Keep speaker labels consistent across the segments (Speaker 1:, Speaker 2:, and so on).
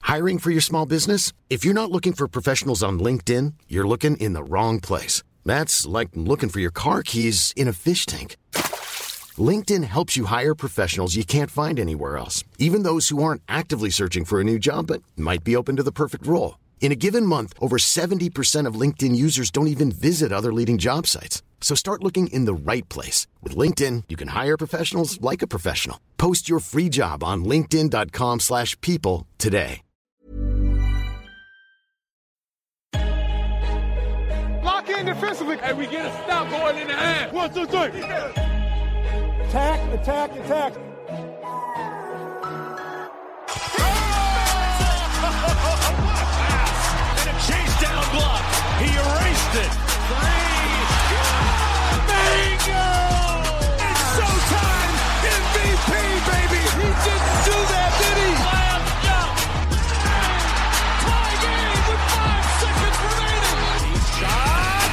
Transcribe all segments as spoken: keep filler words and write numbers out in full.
Speaker 1: Hiring for your small business? If you're not looking for professionals on LinkedIn, you're looking in the wrong place. That's like looking for your car keys in a fish tank. LinkedIn helps you hire professionals you can't find anywhere else, even those who aren't actively searching for a new job but might be open to the perfect role. In a given month, over seventy percent of LinkedIn users don't even visit other leading job sites. So start looking in the right place. With LinkedIn, you can hire professionals like a professional. Post your free job on linkedin.com slash people today.
Speaker 2: Lock in defensively.
Speaker 3: And we get a stop going in the half.
Speaker 2: One, two, three. Attack, attack, attack.
Speaker 3: And a chase down block. He erased it. Three. Bingo! It's showtime. M V P, baby. He didn't do that, did he? Slam dunk. Tie game with five seconds remaining. He shot.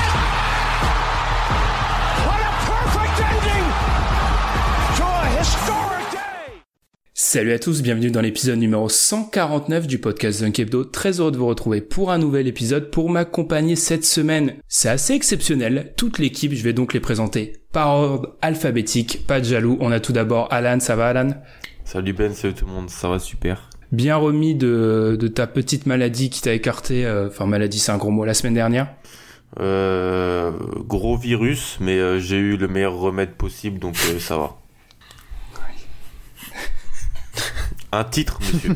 Speaker 2: What a perfect ending to a historic day.
Speaker 4: Salut à tous, bienvenue dans l'épisode numéro cent quarante-neuf du podcast Dunk Hebdo. Très heureux de vous retrouver pour un nouvel épisode pour m'accompagner cette semaine. C'est assez exceptionnel, toute l'équipe, je vais donc les présenter par ordre alphabétique, pas de jaloux. On a tout d'abord Alan, ça va Alan ?
Speaker 5: Salut Ben, salut tout le monde, ça va super.
Speaker 4: Bien remis de, de ta petite maladie qui t'a écarté, euh, enfin maladie c'est un gros mot, la semaine dernière ?
Speaker 5: Euh, gros virus, mais euh, j'ai eu le meilleur remède possible, donc euh, ça va. Un titre, monsieur.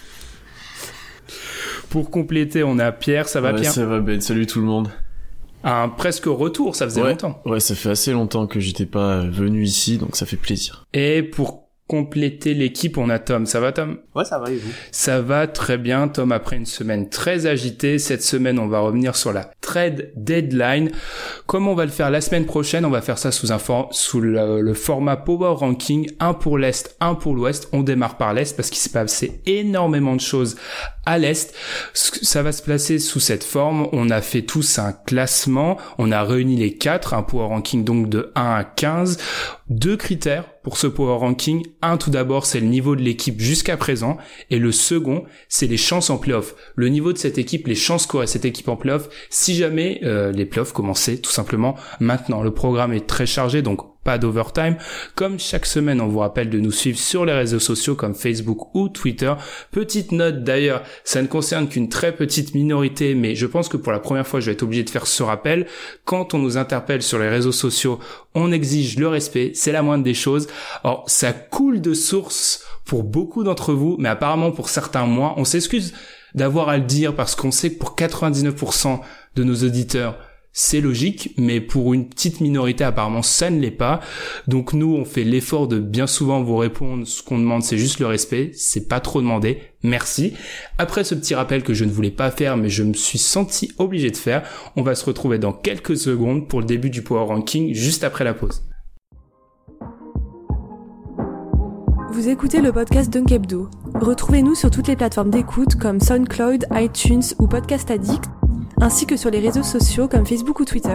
Speaker 4: Pour compléter, on a Pierre, ça va
Speaker 6: ouais,
Speaker 4: Pierre ?
Speaker 6: Ça va Ben, salut tout le monde.
Speaker 4: Un presque retour, ça faisait
Speaker 6: ouais,
Speaker 4: longtemps.
Speaker 6: Ouais, ça fait assez longtemps que j'étais pas venu ici, donc ça fait plaisir.
Speaker 4: Et pour compléter l'équipe, on a Tom. Ça va Tom ?
Speaker 7: Ouais, ça va et vous ?
Speaker 4: Ça va très bien, Tom, après une semaine très agitée. Cette semaine, on va revenir sur la trade deadline. Comme on va le faire la semaine prochaine, on va faire ça sous un for- sous le, le format Power Ranking, un pour l'Est, un pour l'Ouest. On démarre par l'Est parce qu'il s'est passé énormément de choses à l'Est. Ça va se placer sous cette forme. On a fait tous un classement. On a réuni les quatre, un Power Ranking donc de un à quinze. Deux critères pour ce Power Ranking. Un, tout d'abord, c'est le niveau de l'équipe jusqu'à présent. Et le second, c'est les chances en play-off. Le niveau de cette équipe, les chances qu'aurait cette équipe en play-off si jamais euh, les play-offs commençaient tout simplement maintenant. Le programme est très chargé, donc pas d'overtime. Comme chaque semaine, on vous rappelle de nous suivre sur les réseaux sociaux comme Facebook ou Twitter. Petite note d'ailleurs, ça ne concerne qu'une très petite minorité, mais je pense que pour la première fois, je vais être obligé de faire ce rappel. Quand on nous interpelle sur les réseaux sociaux, on exige le respect, c'est la moindre des choses. Alors, ça coule de source pour beaucoup d'entre vous, mais apparemment pour certains moins. On s'excuse d'avoir à le dire parce qu'on sait que pour quatre-vingt-dix-neuf pour cent de nos auditeurs, c'est logique, mais pour une petite minorité, apparemment, ça ne l'est pas. Donc nous, on fait l'effort de bien souvent vous répondre. Ce qu'on demande, c'est juste le respect. C'est pas trop demandé. Merci. Après ce petit rappel que je ne voulais pas faire, mais je me suis senti obligé de faire, on va se retrouver dans quelques secondes pour le début du Power Ranking, juste après la pause.
Speaker 8: Vous écoutez le podcast Dunk Hebdo. Retrouvez-nous sur toutes les plateformes d'écoute comme SoundCloud, iTunes ou Podcast Addict, ainsi que sur les réseaux sociaux comme Facebook ou Twitter.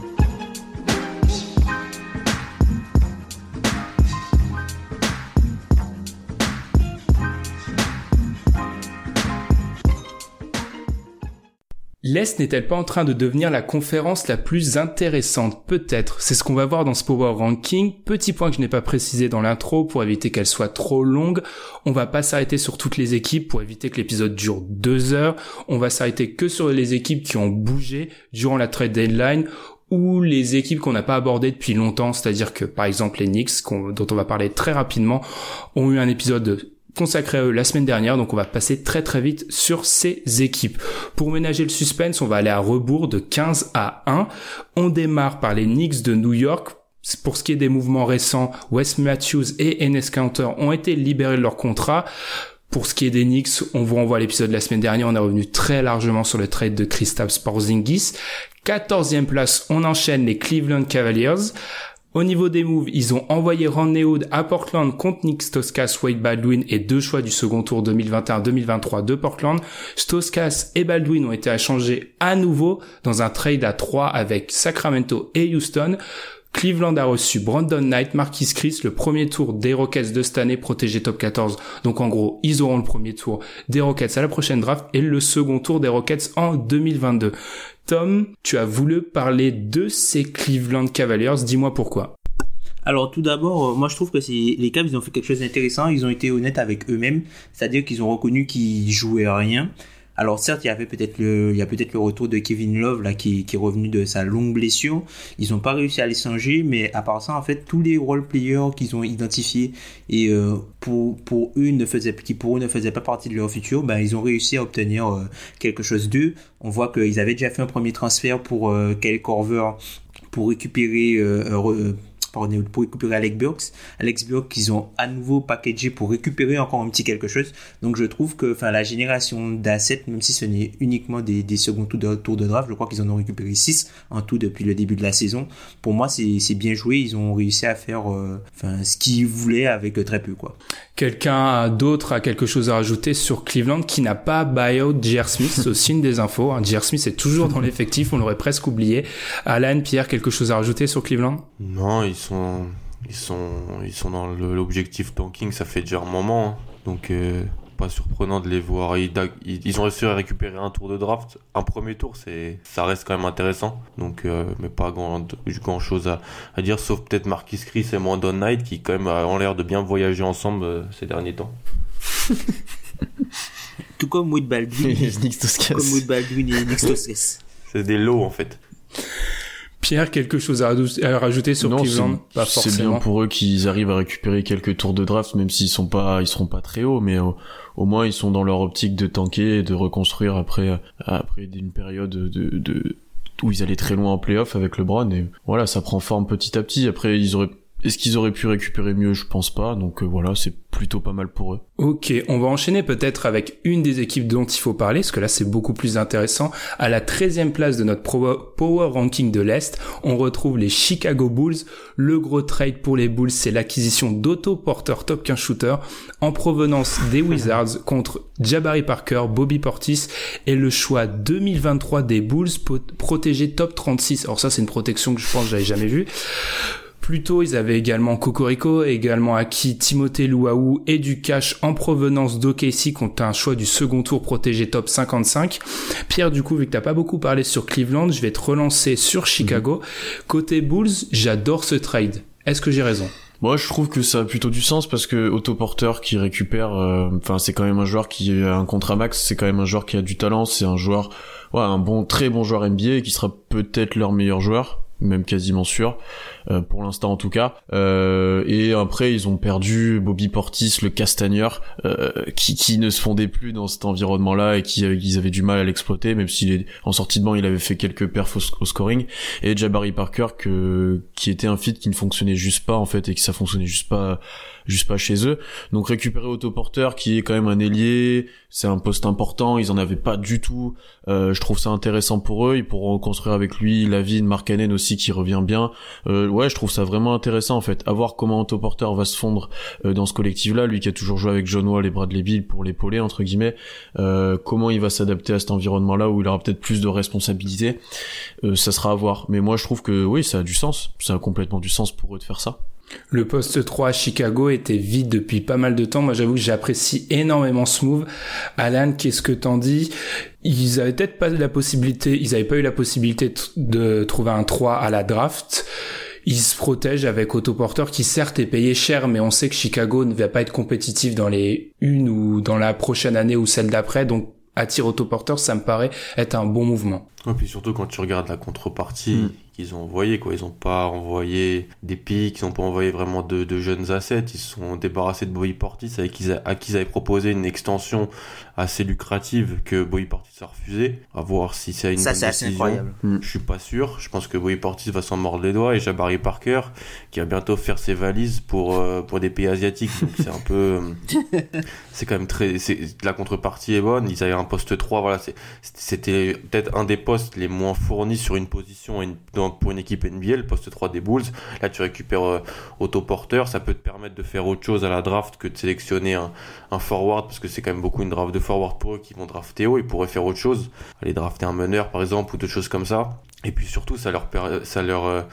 Speaker 4: L'Est n'est-elle pas en train de devenir la conférence la plus intéressante ? Peut-être. C'est ce qu'on va voir dans ce Power Ranking. Petit point que je n'ai pas précisé dans l'intro pour éviter qu'elle soit trop longue. On va pas s'arrêter sur toutes les équipes pour éviter que l'épisode dure deux heures. On va s'arrêter que sur les équipes qui ont bougé durant la trade deadline ou les équipes qu'on n'a pas abordées depuis longtemps. C'est-à-dire que, par exemple, les Knicks, qu'on, dont on va parler très rapidement, ont eu un épisode consacré à eux la semaine dernière, donc on va passer très très vite sur ces équipes. Pour ménager le suspense, on va aller à rebours de quinze à un. On démarre par les Knicks de New York. Pour ce qui est des mouvements récents, Wes Matthews et Enes Kanter ont été libérés de leur contrat. Pour ce qui est des Knicks, on vous renvoie à l'épisode de la semaine dernière, on est revenu très largement sur le trade de Kristaps Porzingis. quatorzième place, on enchaîne les Cleveland Cavaliers. Au niveau des moves, ils ont envoyé Rodney Hood à Portland contre Nick Stauskas, Wade Baldwin et deux choix du second tour deux mille vingt et un deux mille vingt-trois de Portland. Stauskas et Baldwin ont été échangés à nouveau dans un trade à trois avec Sacramento et Houston. Cleveland a reçu Brandon Knight, Marquise Chris, le premier tour des Rockets de cette année, protégé top quatorze. Donc en gros, ils auront le premier tour des Rockets à la prochaine draft et le second tour des Rockets en deux mille vingt-deux. Tom, tu as voulu parler de ces Cleveland Cavaliers, dis-moi pourquoi.
Speaker 7: Alors tout d'abord, euh, moi je trouve que c'est les Cavs, ils ont fait quelque chose d'intéressant, ils ont été honnêtes avec eux-mêmes, c'est-à-dire qu'ils ont reconnu qu'ils jouaient à rien. Alors certes, il y avait peut-être le, il y a peut-être le retour de Kevin Love là qui, qui est revenu de sa longue blessure. Ils n'ont pas réussi à l'échanger, mais à part ça, en fait, tous les role players qu'ils ont identifiés et euh, pour pour eux ne faisaient qui pour eux ne faisaient pas partie de leur futur, ben ils ont réussi à obtenir euh, quelque chose d'eux. On voit qu'ils avaient déjà fait un premier transfert pour euh, Kyle Korver pour récupérer euh, euh, pour récupérer Alex Burks. Alex Burks qu'ils ont à nouveau packagé pour récupérer encore un petit quelque chose. Donc je trouve que enfin, la génération d'assets, même si ce n'est uniquement des, des seconds tours de, tours de draft, je crois qu'ils en ont récupéré six en tout depuis le début de la saison. Pour moi, c'est, c'est bien joué. Ils ont réussi à faire euh, enfin, ce qu'ils voulaient avec très peu, quoi.
Speaker 4: Quelqu'un d'autre a quelque chose à rajouter sur Cleveland qui n'a pas buyout J R. Smith, c'est aussi une des infos. J R. Smith est toujours dans l'effectif, on l'aurait presque oublié. Alan, Pierre, quelque chose à rajouter sur Cleveland ?
Speaker 5: Non, ils sont, ils sont, ils sont dans le, l'objectif tanking, ça fait déjà un moment, hein. Donc euh, pas surprenant de les voir. Ils, ils ont réussi à récupérer un tour de draft, un premier tour, c'est, ça reste quand même intéressant. Donc, euh, mais pas grand, grand chose à, à dire, sauf peut-être Marquise Chris et Brandon Knight qui quand même ont l'air de bien voyager ensemble euh, ces derniers temps.
Speaker 7: Tout comme Wade Baldwin, comme Wade Baldwin et Nick Stauskas.
Speaker 5: C'est des lots en fait.
Speaker 4: Pierre, quelque chose à rajouter sur non, Cleveland ?
Speaker 6: C'est,
Speaker 4: Pas
Speaker 6: c'est
Speaker 4: forcément.
Speaker 6: bien pour eux qu'ils arrivent à récupérer quelques tours de draft, même s'ils sont pas, ils seront pas très hauts, mais au, au moins ils sont dans leur optique de tanker et de reconstruire après, après une période de, de, où ils allaient très loin en play-off avec LeBron, et voilà, ça prend forme petit à petit. Après, ils auraient, est-ce qu'ils auraient pu récupérer mieux ? Je pense pas, donc euh, voilà, c'est plutôt pas mal pour eux.
Speaker 4: Ok, on va enchaîner peut-être avec une des équipes dont il faut parler, parce que là c'est beaucoup plus intéressant. À la treizième place de notre Power Ranking de l'Est, on retrouve les Chicago Bulls. Le gros trade pour les Bulls, c'est l'acquisition d'Otto Porter, top quinze shooter, en provenance des Wizards contre Jabari Parker, Bobby Portis, et le choix deux mille vingt-trois des Bulls, protégé top trente-six. Alors ça c'est une protection que je pense que j'avais jamais vue. Plus tôt, ils avaient également Cocorico, également acquis Timothée Luwawu et du cash en provenance d'O K C contre un choix du second tour protégé top cinquante-cinq. Pierre, du coup, vu que t'as pas beaucoup parlé sur Cleveland, je vais te relancer sur Chicago. Mmh. Côté Bulls, j'adore ce trade. Est-ce que j'ai raison ?
Speaker 6: Moi, je trouve que ça a plutôt du sens parce que Otto Porter qui récupère, enfin, euh, c'est quand même un joueur qui a un contrat max, c'est quand même un joueur qui a du talent, c'est un joueur, ouais, un bon, très bon joueur N B A et qui sera peut-être leur meilleur joueur. Même quasiment sûr, euh, pour l'instant en tout cas. Euh, et après ils ont perdu Bobby Portis, le castagneur, euh, qui qui ne se fondait plus dans cet environnement-là et qui euh, ils avaient du mal à l'exploiter, même s'il est en sortie de banc il avait fait quelques perfs au, au scoring. Et Jabari Parker que qui était un fit qui ne fonctionnait juste pas en fait et que ça fonctionnait juste pas juste pas chez eux. Donc récupérer Otto Porter qui est quand même un ailier, c'est un poste important, ils en avaient pas du tout. Euh, je trouve ça intéressant pour eux, ils pourront construire avec lui Lavine, Markkanen aussi qui revient bien. Euh, ouais, je trouve ça vraiment intéressant en fait. À voir comment Otto Porter va se fondre euh, dans ce collectif-là, lui qui a toujours joué avec John Wall et Bradley Beal pour l'épauler entre guillemets. Euh, comment il va s'adapter à cet environnement-là où il aura peut-être plus de responsabilités. Euh, ça sera à voir. Mais moi je trouve que oui, ça a du sens. Ça a complètement du sens pour eux de faire ça.
Speaker 4: Le poste trois à Chicago était vide depuis pas mal de temps. Moi, j'avoue que j'apprécie énormément ce move. Alan, qu'est-ce que t'en dis ? Ils avaient peut-être pas la possibilité, ils avaient pas eu la possibilité de trouver un trois à la draft. Ils se protègent avec Otto Porter qui certes est payé cher, mais on sait que Chicago ne va pas être compétitif dans les une ou dans la prochaine année ou celle d'après. Donc, attirer Otto Porter, ça me paraît être un bon mouvement.
Speaker 5: Et puis surtout quand tu regardes la contrepartie mm. qu'ils ont envoyé, quoi. Ils ont pas envoyé des pics, ils ont pas envoyé vraiment de, de jeunes assets. Ils se sont débarrassés de Bobby Portis avec qui, à qui ils avaient proposé une extension assez lucrative que Bobby Portis a refusé. À voir si c'est une
Speaker 7: ça,
Speaker 5: bonne
Speaker 7: c'est
Speaker 5: décision.
Speaker 7: Assez incroyable.
Speaker 5: Mm. Je suis pas sûr. Je pense que Bobby Portis va s'en mordre les doigts et Jabari Parker qui va bientôt faire ses valises pour euh, pour des pays asiatiques. Donc c'est un peu, euh, c'est quand même très. C'est, la contrepartie est bonne. Ils avaient un poste trois. Voilà, c'est, c'était peut-être un des postes les moins fournis sur une position une, pour une équipe N B A, le poste trois des Bulls. Là tu récupères euh, Otto Porter, ça peut te permettre de faire autre chose à la draft que de sélectionner un, un forward, parce que c'est quand même beaucoup une draft de forward pour eux qui vont drafter haut. Ils pourraient faire autre chose, aller drafter un meneur par exemple ou d'autres choses comme ça. Et puis surtout ça leur ça leur euh,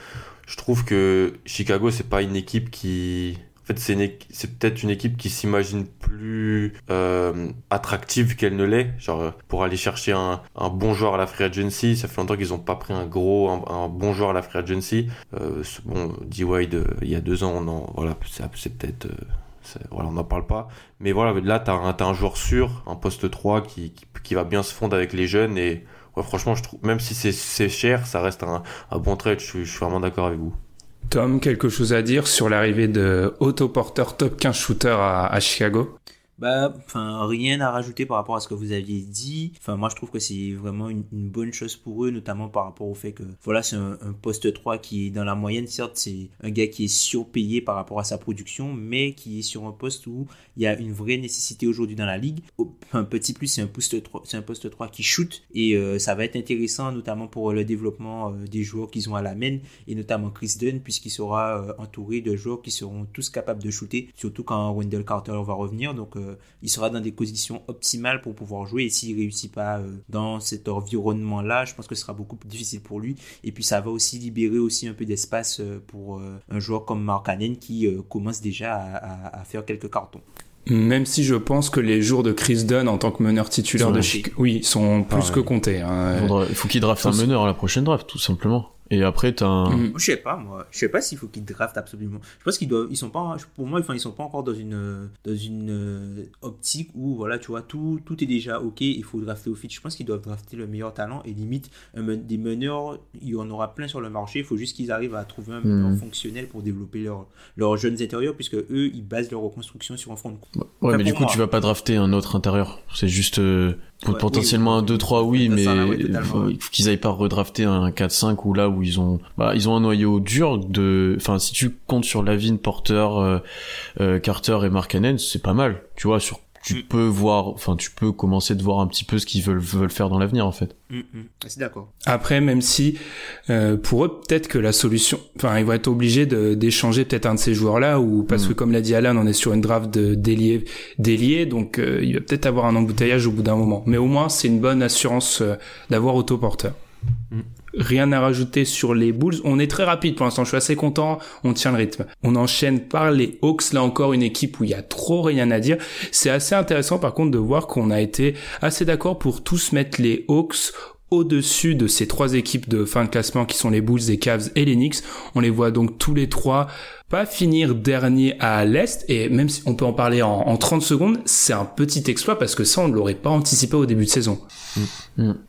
Speaker 5: je trouve que Chicago, c'est pas une équipe qui... En fait, c'est, une... c'est peut-être une équipe qui s'imagine plus euh, attractive qu'elle ne l'est. Genre, pour aller chercher un, un bon joueur à la free agency, ça fait longtemps qu'ils ont pas pris un gros, un, un bon joueur à la free agency. Euh, bon, D-Wade, euh, il y a deux ans, on en, voilà, c'est, c'est peut-être... Euh, c'est, voilà, on n'en parle pas. Mais voilà, là, t'as un, t'as un joueur sûr, un poste trois qui, qui, qui va bien se fondre avec les jeunes. Et ouais, franchement, je trouve, même si c'est, c'est cher, ça reste un, un bon trade. Je, je suis vraiment d'accord avec vous.
Speaker 4: Tom, quelque chose à dire sur l'arrivée de Otto Porter, top quinze shooter à, à Chicago?
Speaker 7: Bah, enfin, rien à rajouter par rapport à ce que vous aviez dit. Enfin, moi, je trouve que c'est vraiment une, une bonne chose pour eux, notamment par rapport au fait que, voilà, c'est un, un poste trois qui est dans la moyenne. Certes, c'est un gars qui est surpayé par rapport à sa production, mais qui est sur un poste où il y a une vraie nécessité aujourd'hui dans la ligue. Un petit plus, c'est un poste trois, c'est un poste trois qui shoot, et euh, ça va être intéressant, notamment pour le développement euh, des joueurs qu'ils ont à la main, et notamment Chris Dunn, puisqu'il sera euh, entouré de joueurs qui seront tous capables de shooter, surtout quand Wendell Carter va revenir. Donc, euh, il sera dans des conditions optimales pour pouvoir jouer, et s'il réussit pas euh, dans cet environnement-là, je pense que ce sera beaucoup plus difficile pour lui. Et puis ça va aussi libérer aussi un peu d'espace euh, pour euh, un joueur comme Markkanen qui euh, commence déjà à, à, à faire quelques cartons.
Speaker 4: Même si je pense que les jours de Chris Dunn en tant que meneur titulaire de Chicago, oui, sont plus ah, que ouais. comptés. Hein.
Speaker 6: Il, faudra, il faut qu'il draft un meneur à la prochaine draft, tout simplement. Et après, t'as un...
Speaker 7: Mmh. Je sais pas, moi. Je sais pas s'il faut qu'ils draftent absolument. Je pense qu'ils doivent, ils sont pas, pour moi, enfin, ils sont pas encore dans une, dans une euh, optique où, voilà, tu vois, tout, tout est déjà ok, il faut drafter au fit. Je pense qu'ils doivent drafter le meilleur talent, et limite, un, des meneurs, il y en aura plein sur le marché. Il faut juste qu'ils arrivent à trouver un meneur mmh. fonctionnel pour développer leur, leurs jeunes intérieurs, puisque eux, ils basent leur reconstruction sur un front de court.
Speaker 6: Ouais, enfin, mais du coup, moi, tu vas pas drafter un autre intérieur. C'est juste, euh... Ouais, potentiellement oui, un deux trois oui, mais il faut, faut qu'ils aillent pas redrafter un quatre cinq ou là où ils ont bah ils ont un noyau dur de enfin si tu comptes sur Lavin, Porter, euh, euh, Carter et Markkanen, c'est pas mal, tu vois, sur tu mm. peux voir enfin tu peux commencer de voir un petit peu ce qu'ils veulent veulent faire dans l'avenir en fait.
Speaker 7: Mm, mm. C'est d'accord.
Speaker 4: Après, même si euh, pour eux peut-être que la solution, enfin ils vont être obligés de d'échanger peut-être un de ces joueurs là, ou parce mm. que comme l'a dit Alan, on est sur une draft de d'ailier d'ailier, donc euh, il va peut-être avoir un embouteillage au bout d'un moment, mais au moins c'est une bonne assurance euh, d'avoir Otto Porter. Mm. Rien à rajouter sur les Bulls. On est très rapide pour l'instant. Je suis assez content. On tient le rythme. On enchaîne par les Hawks. Là encore, une équipe où il y a trop rien à dire. C'est assez intéressant, par contre, de voir qu'on a été assez d'accord pour tous mettre les Hawks au-dessus de ces trois équipes de fin de classement qui sont les Bulls, les Cavs et les Knicks. On les voit donc tous les trois pas finir dernier à l'Est, et même si on peut en parler en, en trente secondes, c'est un petit exploit parce que ça, on ne l'aurait pas anticipé au début de saison. Mmh. Mmh.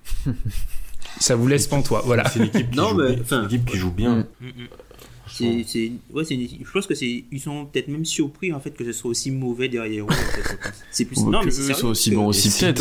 Speaker 4: Ça vous laisse pantois, voilà.
Speaker 5: C'est l'équipe qui,
Speaker 7: non,
Speaker 5: joue,
Speaker 7: mais,
Speaker 5: bien. C'est l'équipe qui joue bien.
Speaker 7: Mm, mm. C'est, c'est, ouais, c'est une équipe. Je pense que c'est, ils sont peut-être même surpris en fait que ce soit aussi mauvais derrière eux. En fait, c'est plus.
Speaker 6: Ou
Speaker 7: non,
Speaker 6: que
Speaker 7: mais c'est
Speaker 6: eux
Speaker 7: sérieux,
Speaker 6: soient aussi bons aussi peut-être.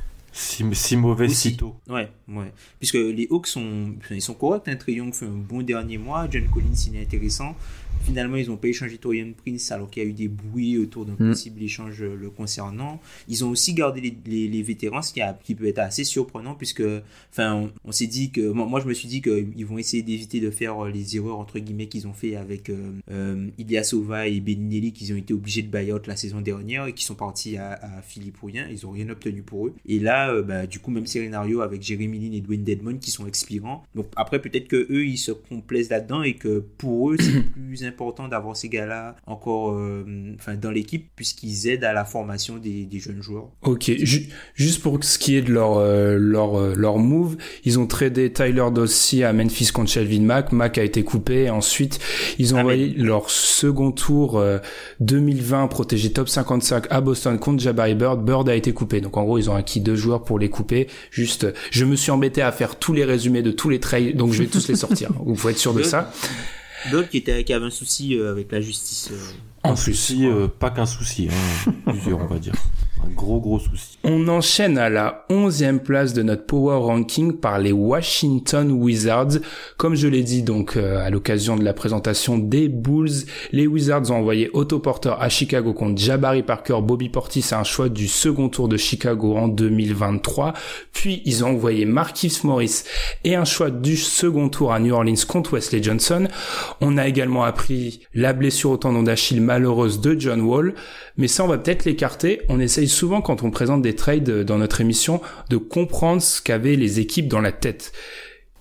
Speaker 5: Si, si mauvais,
Speaker 7: aussi.
Speaker 5: si tôt.
Speaker 7: Ouais, ouais. Puisque les Hawks sont, ils sont corrects. Hein. Trae Young fait un bon dernier mois. John Collins, il est intéressant. Finalement, ils n'ont pas échangé Taurean Prince alors qu'il y a eu des bruits autour d'un mm. possible échange le concernant. Ils ont aussi gardé les, les, les vétérans, ce qui, a, qui peut être assez surprenant puisque, enfin, on, on s'est dit que, moi, moi je me suis dit qu'ils vont essayer d'éviter de faire les erreurs entre guillemets qu'ils ont fait avec euh, euh, Ilyasova et Belinelli, qu'ils ont été obligés de buy out la saison dernière et qui sont partis à, à Philly pour rien. Ils n'ont rien obtenu pour eux. Et là, euh, bah, du coup, même scénario avec Jeremy Lin et Dwayne Dedmon qui sont expirants. Donc après, peut-être que eux, ils se complaisent là-dedans et que pour eux, c'est plus important d'avoir ces gars-là encore euh, enfin, dans l'équipe puisqu'ils aident à la formation des, des jeunes joueurs.
Speaker 4: Ok, Ju- juste pour ce qui est de leur, euh, leur, euh, leur move, ils ont tradé Tyler Dorsey à Memphis contre Shelvin Mack. Mack a été coupé. Ensuite, ils ont ah, envoyé mais... leur second tour euh, deux mille vingt protégé top cinquante-cinq à Boston contre Jabari Bird. Bird a été coupé. Donc en gros, ils ont acquis deux joueurs pour les couper. Juste, je me suis embêté à faire tous les résumés de tous les trades, donc je vais tous les sortir. Vous pouvez être sûr de ça.
Speaker 7: D'autres qui, était, qui avaient un souci euh, avec la justice. Euh,
Speaker 5: en un plus, souci, euh, pas qu'un souci, hein, plusieurs on va dire. Un gros gros souci.
Speaker 4: On enchaîne à la onzième place de notre Power Ranking par les Washington Wizards. Comme je l'ai dit donc euh, à l'occasion de la présentation des Bulls, les Wizards ont envoyé Otto Porter à Chicago contre Jabari Parker, Bobby Portis à un choix du second tour de Chicago en deux mille vingt-trois. Puis ils ont envoyé Markieff Morris et un choix du second tour à New Orleans contre Wesley Johnson. On a également appris la blessure au tendon d'Achille malheureuse de John Wall, mais ça on va peut-être l'écarter. On essaye souvent quand on présente des trades dans notre émission de comprendre ce qu'avaient les équipes dans la tête.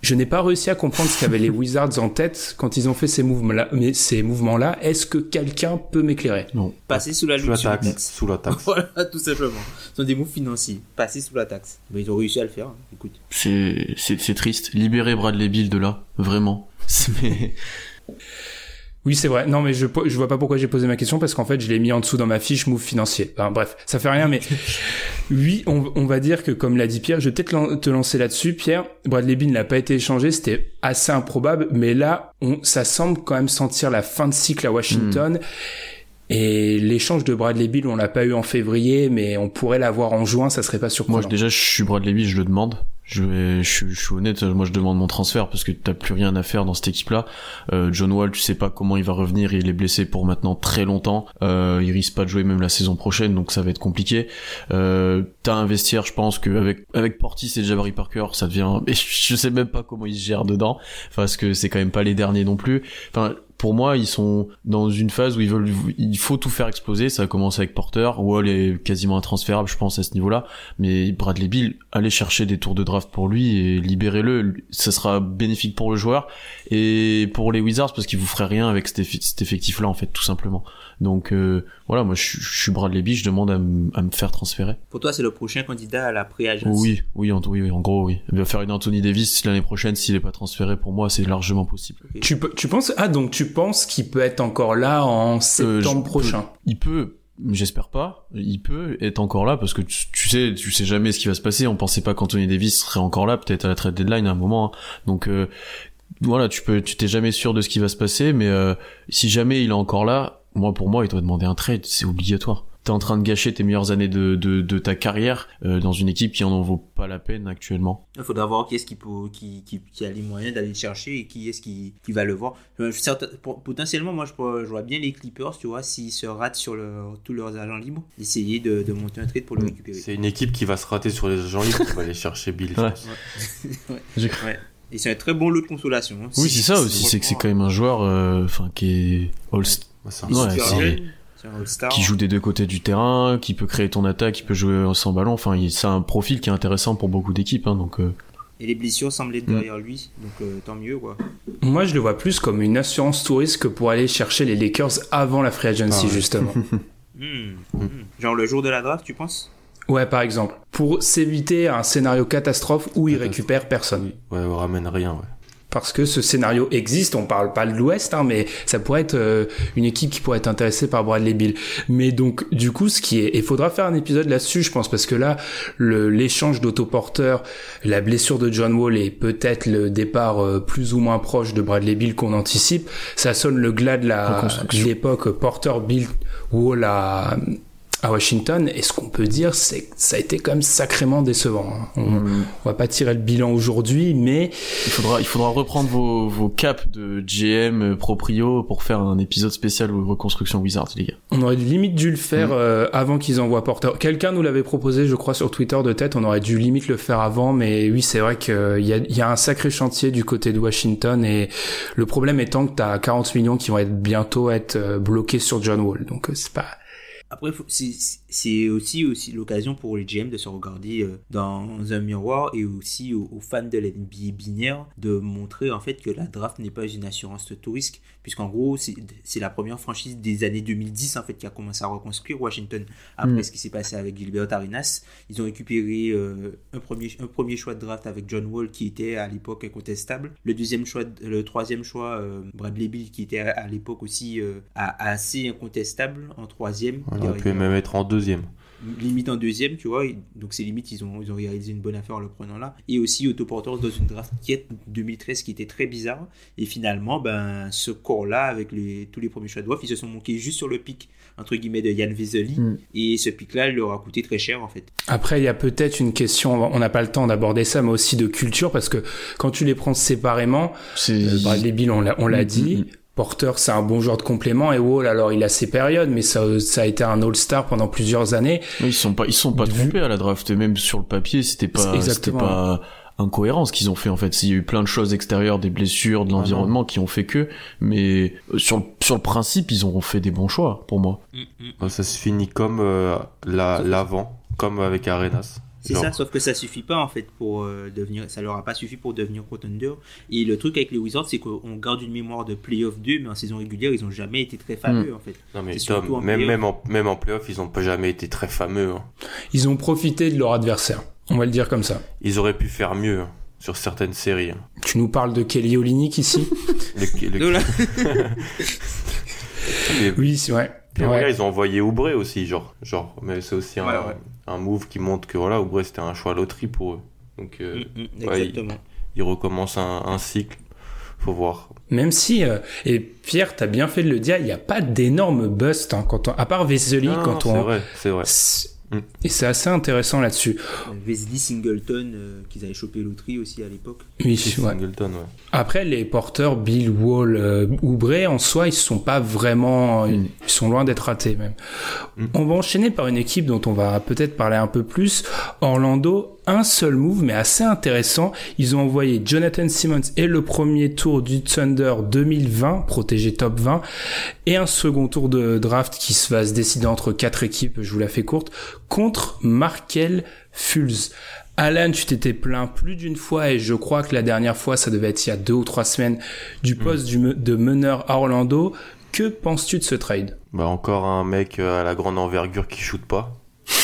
Speaker 4: je n'ai pas réussi à comprendre ce qu'avaient les Wizards en tête quand ils ont fait ces mouvements-là. Mais ces mouvements-là, est-ce que quelqu'un peut m'éclairer?
Speaker 6: Non.
Speaker 7: Passer sous la,
Speaker 5: Sous la
Speaker 7: sous la
Speaker 5: taxe.
Speaker 7: taxe.
Speaker 5: Sous la taxe.
Speaker 7: Voilà, tout simplement. Ce sont des moves financiers. Passer sous la taxe. Mais ils ont réussi à le faire. Hein. Écoute.
Speaker 6: C'est, c'est, c'est triste. Libérer Bradley Beal de là. Vraiment. C'est, mais...
Speaker 4: Oui, c'est vrai. Non, mais je, je vois pas pourquoi j'ai posé ma question parce qu'en fait, je l'ai mis en dessous dans ma fiche move financier. Enfin, bref, ça fait rien, mais oui, on, on va dire que comme l'a dit Pierre, je vais peut-être te lancer là-dessus. Pierre, Bradley Beal n'a pas été échangé, c'était assez improbable, mais là, on, ça semble quand même sentir la fin de cycle à Washington. Mmh. Et l'échange de Bradley Beal, on l'a pas eu en février, mais on pourrait l'avoir en juin, ça serait pas surprenant.
Speaker 6: Moi, déjà, je suis Bradley Beal, je le demande. Je, vais, je, je suis honnête, moi je demande mon transfert parce que t'as plus rien à faire dans cette équipe-là. Euh, John Wall, tu sais pas comment il va revenir, il est blessé pour maintenant très longtemps. Euh, il risque pas de jouer même la saison prochaine, donc ça va être compliqué. Euh, t'as un vestiaire, je pense que avec avec Portis et Jabari Parker, ça devient. Et je sais même pas comment ils se gèrent dedans, parce que c'est quand même pas les derniers non plus. Enfin. Pour moi, ils sont dans une phase où ils veulent, il faut tout faire exploser. Ça a commencé avec Porter. Wall est quasiment intransférable, je pense, à ce niveau-là. Mais Bradley Beal, allez chercher des tours de draft pour lui et libérez-le. Ça sera bénéfique pour le joueur et pour les Wizards parce qu'ils vous feraient rien avec cet, eff- cet effectif-là, en fait, tout simplement. Donc, euh, voilà, moi, je, je suis Bradley Beal, je demande à, m- à me faire transférer.
Speaker 7: Pour toi, c'est le prochain candidat à la pré-agence.
Speaker 6: Oui, oui, en, oui, oui, en gros, oui. Il va faire une Anthony Davis l'année prochaine s'il est pas transféré. Pour moi, c'est largement possible.
Speaker 7: Okay.
Speaker 4: Tu peux, tu penses, ah, donc tu penses qu'il peut être encore là en septembre euh, prochain?
Speaker 6: Peux, il peut, j'espère pas, il peut être encore là parce que tu, tu sais, tu sais jamais ce qui va se passer. On pensait pas qu'Anthony Davis serait encore là, peut-être à la trade deadline à un moment. Hein. Donc, euh, voilà, tu peux, tu t'es jamais sûr de ce qui va se passer, mais euh, si jamais il est encore là, moi, pour moi, il doit demander un trade, c'est obligatoire. T'es en train de gâcher tes meilleures années de, de, de ta carrière euh, dans une équipe qui en en vaut pas la peine actuellement.
Speaker 7: Il faudra voir qui est-ce qui, peut, qui, qui, qui a les moyens d'aller le chercher et qui est-ce qui, qui va le voir. Certes, potentiellement, moi, je, je vois bien les Clippers, tu vois, s'ils se ratent sur leur, tous leurs agents libres, d'essayer de, de monter un trade pour le récupérer.
Speaker 5: C'est une équipe qui va se rater sur les agents libres, qui va aller chercher Bill.
Speaker 6: Ouais.
Speaker 7: ouais. ouais. Et c'est un très bon lot de consolation. Hein.
Speaker 6: Oui, c'est, c'est ça aussi, c'est que c'est quand même un joueur enfin euh, qui est all-star.
Speaker 5: Ouais,
Speaker 6: ouais,
Speaker 7: c'est...
Speaker 6: qui joue des deux côtés du terrain, qui peut créer ton attaque, qui peut jouer sans ballon. Enfin, il, c'est un profil qui est intéressant pour beaucoup d'équipes. Hein, donc, euh...
Speaker 7: Et les blessures semblent être derrière lui, donc euh, tant mieux, quoi.
Speaker 4: Moi, je le vois plus comme une assurance tout risque que pour aller chercher les Lakers avant la free agency, ah ouais. justement.
Speaker 7: mmh, mmh. Genre le jour de la draft, tu penses?
Speaker 4: Ouais, par exemple. Pour s'éviter un scénario catastrophe où il récupère personne.
Speaker 5: Ouais, on ramène rien, ouais.
Speaker 4: Parce que ce scénario existe, on parle pas de l'Ouest, hein, mais ça pourrait être euh, une équipe qui pourrait être intéressée par Bradley Beal. Mais donc, du coup, ce qui est, il faudra faire un épisode là-dessus, je pense, parce que là, le, l'échange d'autoporteurs, la blessure de John Wall et peut-être le départ euh, plus ou moins proche de Bradley Beal qu'on anticipe, ça sonne le glas de la, de l'époque Porter, Beal, Wall à, à Washington, et ce qu'on peut dire, c'est que ça a été quand même sacrément décevant. Hein. On, mmh. on va pas tirer le bilan aujourd'hui, mais
Speaker 6: il faudra, il faudra reprendre vos, vos caps de G M proprio pour faire un épisode spécial reconstruction Wizards, les gars.
Speaker 4: On aurait limite dû le faire mmh. euh, avant qu'ils envoient Porter. Quelqu'un nous l'avait proposé, je crois, sur Twitter de tête. On aurait dû limite le faire avant, mais oui, c'est vrai qu'il y a, il y a un sacré chantier du côté de Washington, et le problème étant que t'as quarante millions qui vont être bientôt être bloqués sur John Wall. Donc c'est pas.
Speaker 7: Après, c'est, c'est aussi, aussi l'occasion pour les G M de se regarder euh, dans un miroir, et aussi aux, aux fans de la N B A binaire de montrer en fait que la draft n'est pas une assurance de tout risque, puisqu'en gros c'est, c'est la première franchise des années deux mille dix en fait qui a commencé à reconstruire Washington après mmh. ce qui s'est passé avec Gilbert Arenas. Ils ont récupéré euh, un, premier, un premier choix de draft avec John Wall qui était à l'époque incontestable, le deuxième choix, le troisième choix euh, Bradley Beal qui était à, à l'époque aussi euh, assez incontestable en troisième.
Speaker 5: On aurait pu même être en deuxième.
Speaker 7: Limite en deuxième, tu vois. Donc c'est limite, ils ont, ils ont réalisé une bonne affaire en le prenant là. Et aussi Otto Porter dans une draft quête deux mille treize qui était très bizarre. Et finalement, ben, ce corps-là, avec les, tous les premiers choix de draft, ils se sont manqués juste sur le pic, entre guillemets, de Jan Vesely. Mm. Et ce pic-là, il leur a coûté très cher, en fait.
Speaker 4: Après, il y a peut-être une question, on n'a pas le temps d'aborder ça, mais aussi de culture, parce que quand tu les prends séparément, euh, Bradley Beal, on l'a, on l'a mm, dit, mm. Porter, c'est un bon joueur de complément, et Wall, alors il a ses périodes, mais ça, ça a été un All-Star pendant plusieurs années.
Speaker 6: Oui, ils sont pas, ils sont pas trompés à la draft, et même sur le papier, c'était pas, c'était pas incohérent ce qu'ils ont fait, en fait. Il y a eu plein de choses extérieures, des blessures, de l'environnement ah qui ont fait que, mais sur le, sur le principe, ils ont fait des bons choix, pour moi.
Speaker 5: Mm-hmm. Ça se finit comme, euh, la, l'avant, comme avec Arenas.
Speaker 7: C'est
Speaker 5: Genre.
Speaker 7: ça, sauf que ça suffit pas en fait pour euh, devenir, ça leur a pas suffi pour devenir contender. Et le truc avec les Wizards, c'est qu'on garde une mémoire de playoff deux, mais en saison régulière, ils ont jamais été très fameux
Speaker 6: Mm.
Speaker 7: en fait.
Speaker 5: Non mais
Speaker 7: C'est
Speaker 5: Tom,
Speaker 7: surtout en
Speaker 5: même,
Speaker 7: playoff.
Speaker 5: même, en, même en playoff, ils ont pas jamais été très fameux. Hein.
Speaker 4: Ils ont profité de leur adversaire. On va le dire comme ça.
Speaker 5: Ils auraient pu faire mieux hein, sur certaines séries. Hein.
Speaker 4: Tu nous parles de Kelly Olynyk ici?
Speaker 5: Le, le-
Speaker 7: Donc là-
Speaker 5: mais,
Speaker 4: Oui, c'est vrai.
Speaker 5: puis
Speaker 4: Ouais.
Speaker 5: regarde, ils ont envoyé Oubre aussi, genre, genre. Mais c'est aussi un,
Speaker 7: Ouais, ouais.
Speaker 5: un move qui montre que voilà, Oubre c'était un choix à loterie pour eux. Donc euh,
Speaker 7: Mm, mm,
Speaker 5: ouais,
Speaker 7: exactement.
Speaker 5: ils recommencent un, un cycle. Faut voir.
Speaker 4: Même si, euh, et Pierre, t'as bien fait de le dire, il n'y a pas d'énorme bust, hein, quand on, à part Vesely,
Speaker 5: Non, non,
Speaker 4: quand
Speaker 5: non,
Speaker 4: on...
Speaker 5: c'est vrai, c'est vrai.
Speaker 4: C'est-
Speaker 5: Mm.
Speaker 4: Et c'est assez intéressant là-dessus.
Speaker 7: Vesely, Singleton, euh, qu'ils avaient chopé loterie aussi à l'époque.
Speaker 4: Oui,
Speaker 5: C'est
Speaker 4: ouais.
Speaker 5: Singleton, ouais.
Speaker 4: Après, les porteurs Bill Wall, euh, Oubre, en soi, ils sont pas vraiment, ils sont loin d'être ratés même.
Speaker 5: Mm.
Speaker 4: On va enchaîner par une équipe dont on va peut-être parler un peu plus. Orlando, un seul move, mais assez intéressant. Ils ont envoyé Jonathan Simmons et le premier tour du Thunder deux mille vingt, protégé top vingt, et un second tour de draft qui se va se décider entre quatre équipes, je vous la fais courte, contre Markelle Fultz. Alan, tu t'étais plaint plus d'une fois, et je crois que la dernière fois, ça devait être il y a deux ou trois semaines, du poste du me- de meneur à Orlando. Que penses-tu de ce trade?
Speaker 5: Bah encore un mec euh, à la grande envergure qui shoot pas.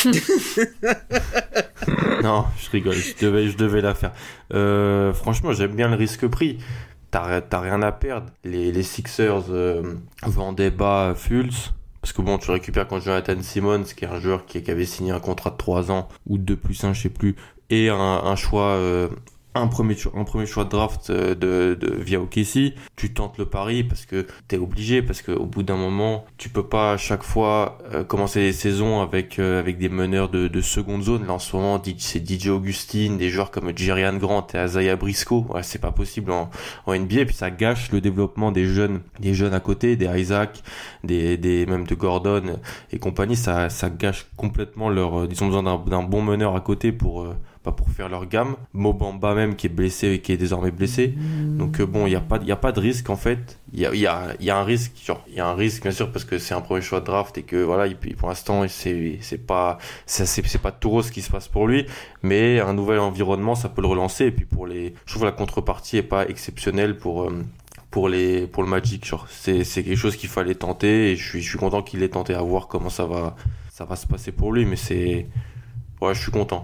Speaker 5: Non, je rigole, je devais, je devais la faire. Euh, franchement, j'aime bien le risque pris. T'as, t'as rien à perdre. Les, les Sixers euh, vendaient bas Fultz. Parce que bon, tu récupères quand Jonathan Simmons, qui est un joueur qui, qui avait signé un contrat de trois ans, ou deux plus un, je sais plus, et un, un choix... Euh, un premier choix, un premier choix de draft euh, de, de via O K C, tu tentes le pari parce que t'es obligé, parce que au bout d'un moment tu peux pas à chaque fois euh, commencer les saisons avec euh, avec des meneurs de, de seconde zone. Là en ce moment c'est D J Augustine, des joueurs comme Jerian Grant et Isaiah Briscoe, ouais, c'est pas possible en, en N B A, puis ça gâche le développement des jeunes des jeunes à côté, des Isaac, des des même de Gordon et compagnie. Ça ça gâche complètement leur, ils ont besoin d'un, d'un bon meneur à côté pour euh, pas pour faire leur gamme. Mo Bamba même qui est blessé et qui est désormais blessé. Donc euh, bon, il y a pas il y a pas de risque en fait. Il y a il y a il y a un risque, genre il y a un risque bien sûr parce que c'est un premier choix de draft et que voilà, il, pour l'instant c'est c'est pas c'est c'est, c'est pas tout rose ce qui se passe pour lui, mais un nouvel environnement ça peut le relancer. Et puis pour les, je trouve que la contrepartie est pas exceptionnelle pour euh, pour les pour le Magic, genre c'est c'est quelque chose qu'il fallait tenter et je suis je suis content qu'il l'ait tenté, à voir comment ça va ça va se passer pour lui, mais c'est ouais, je suis content.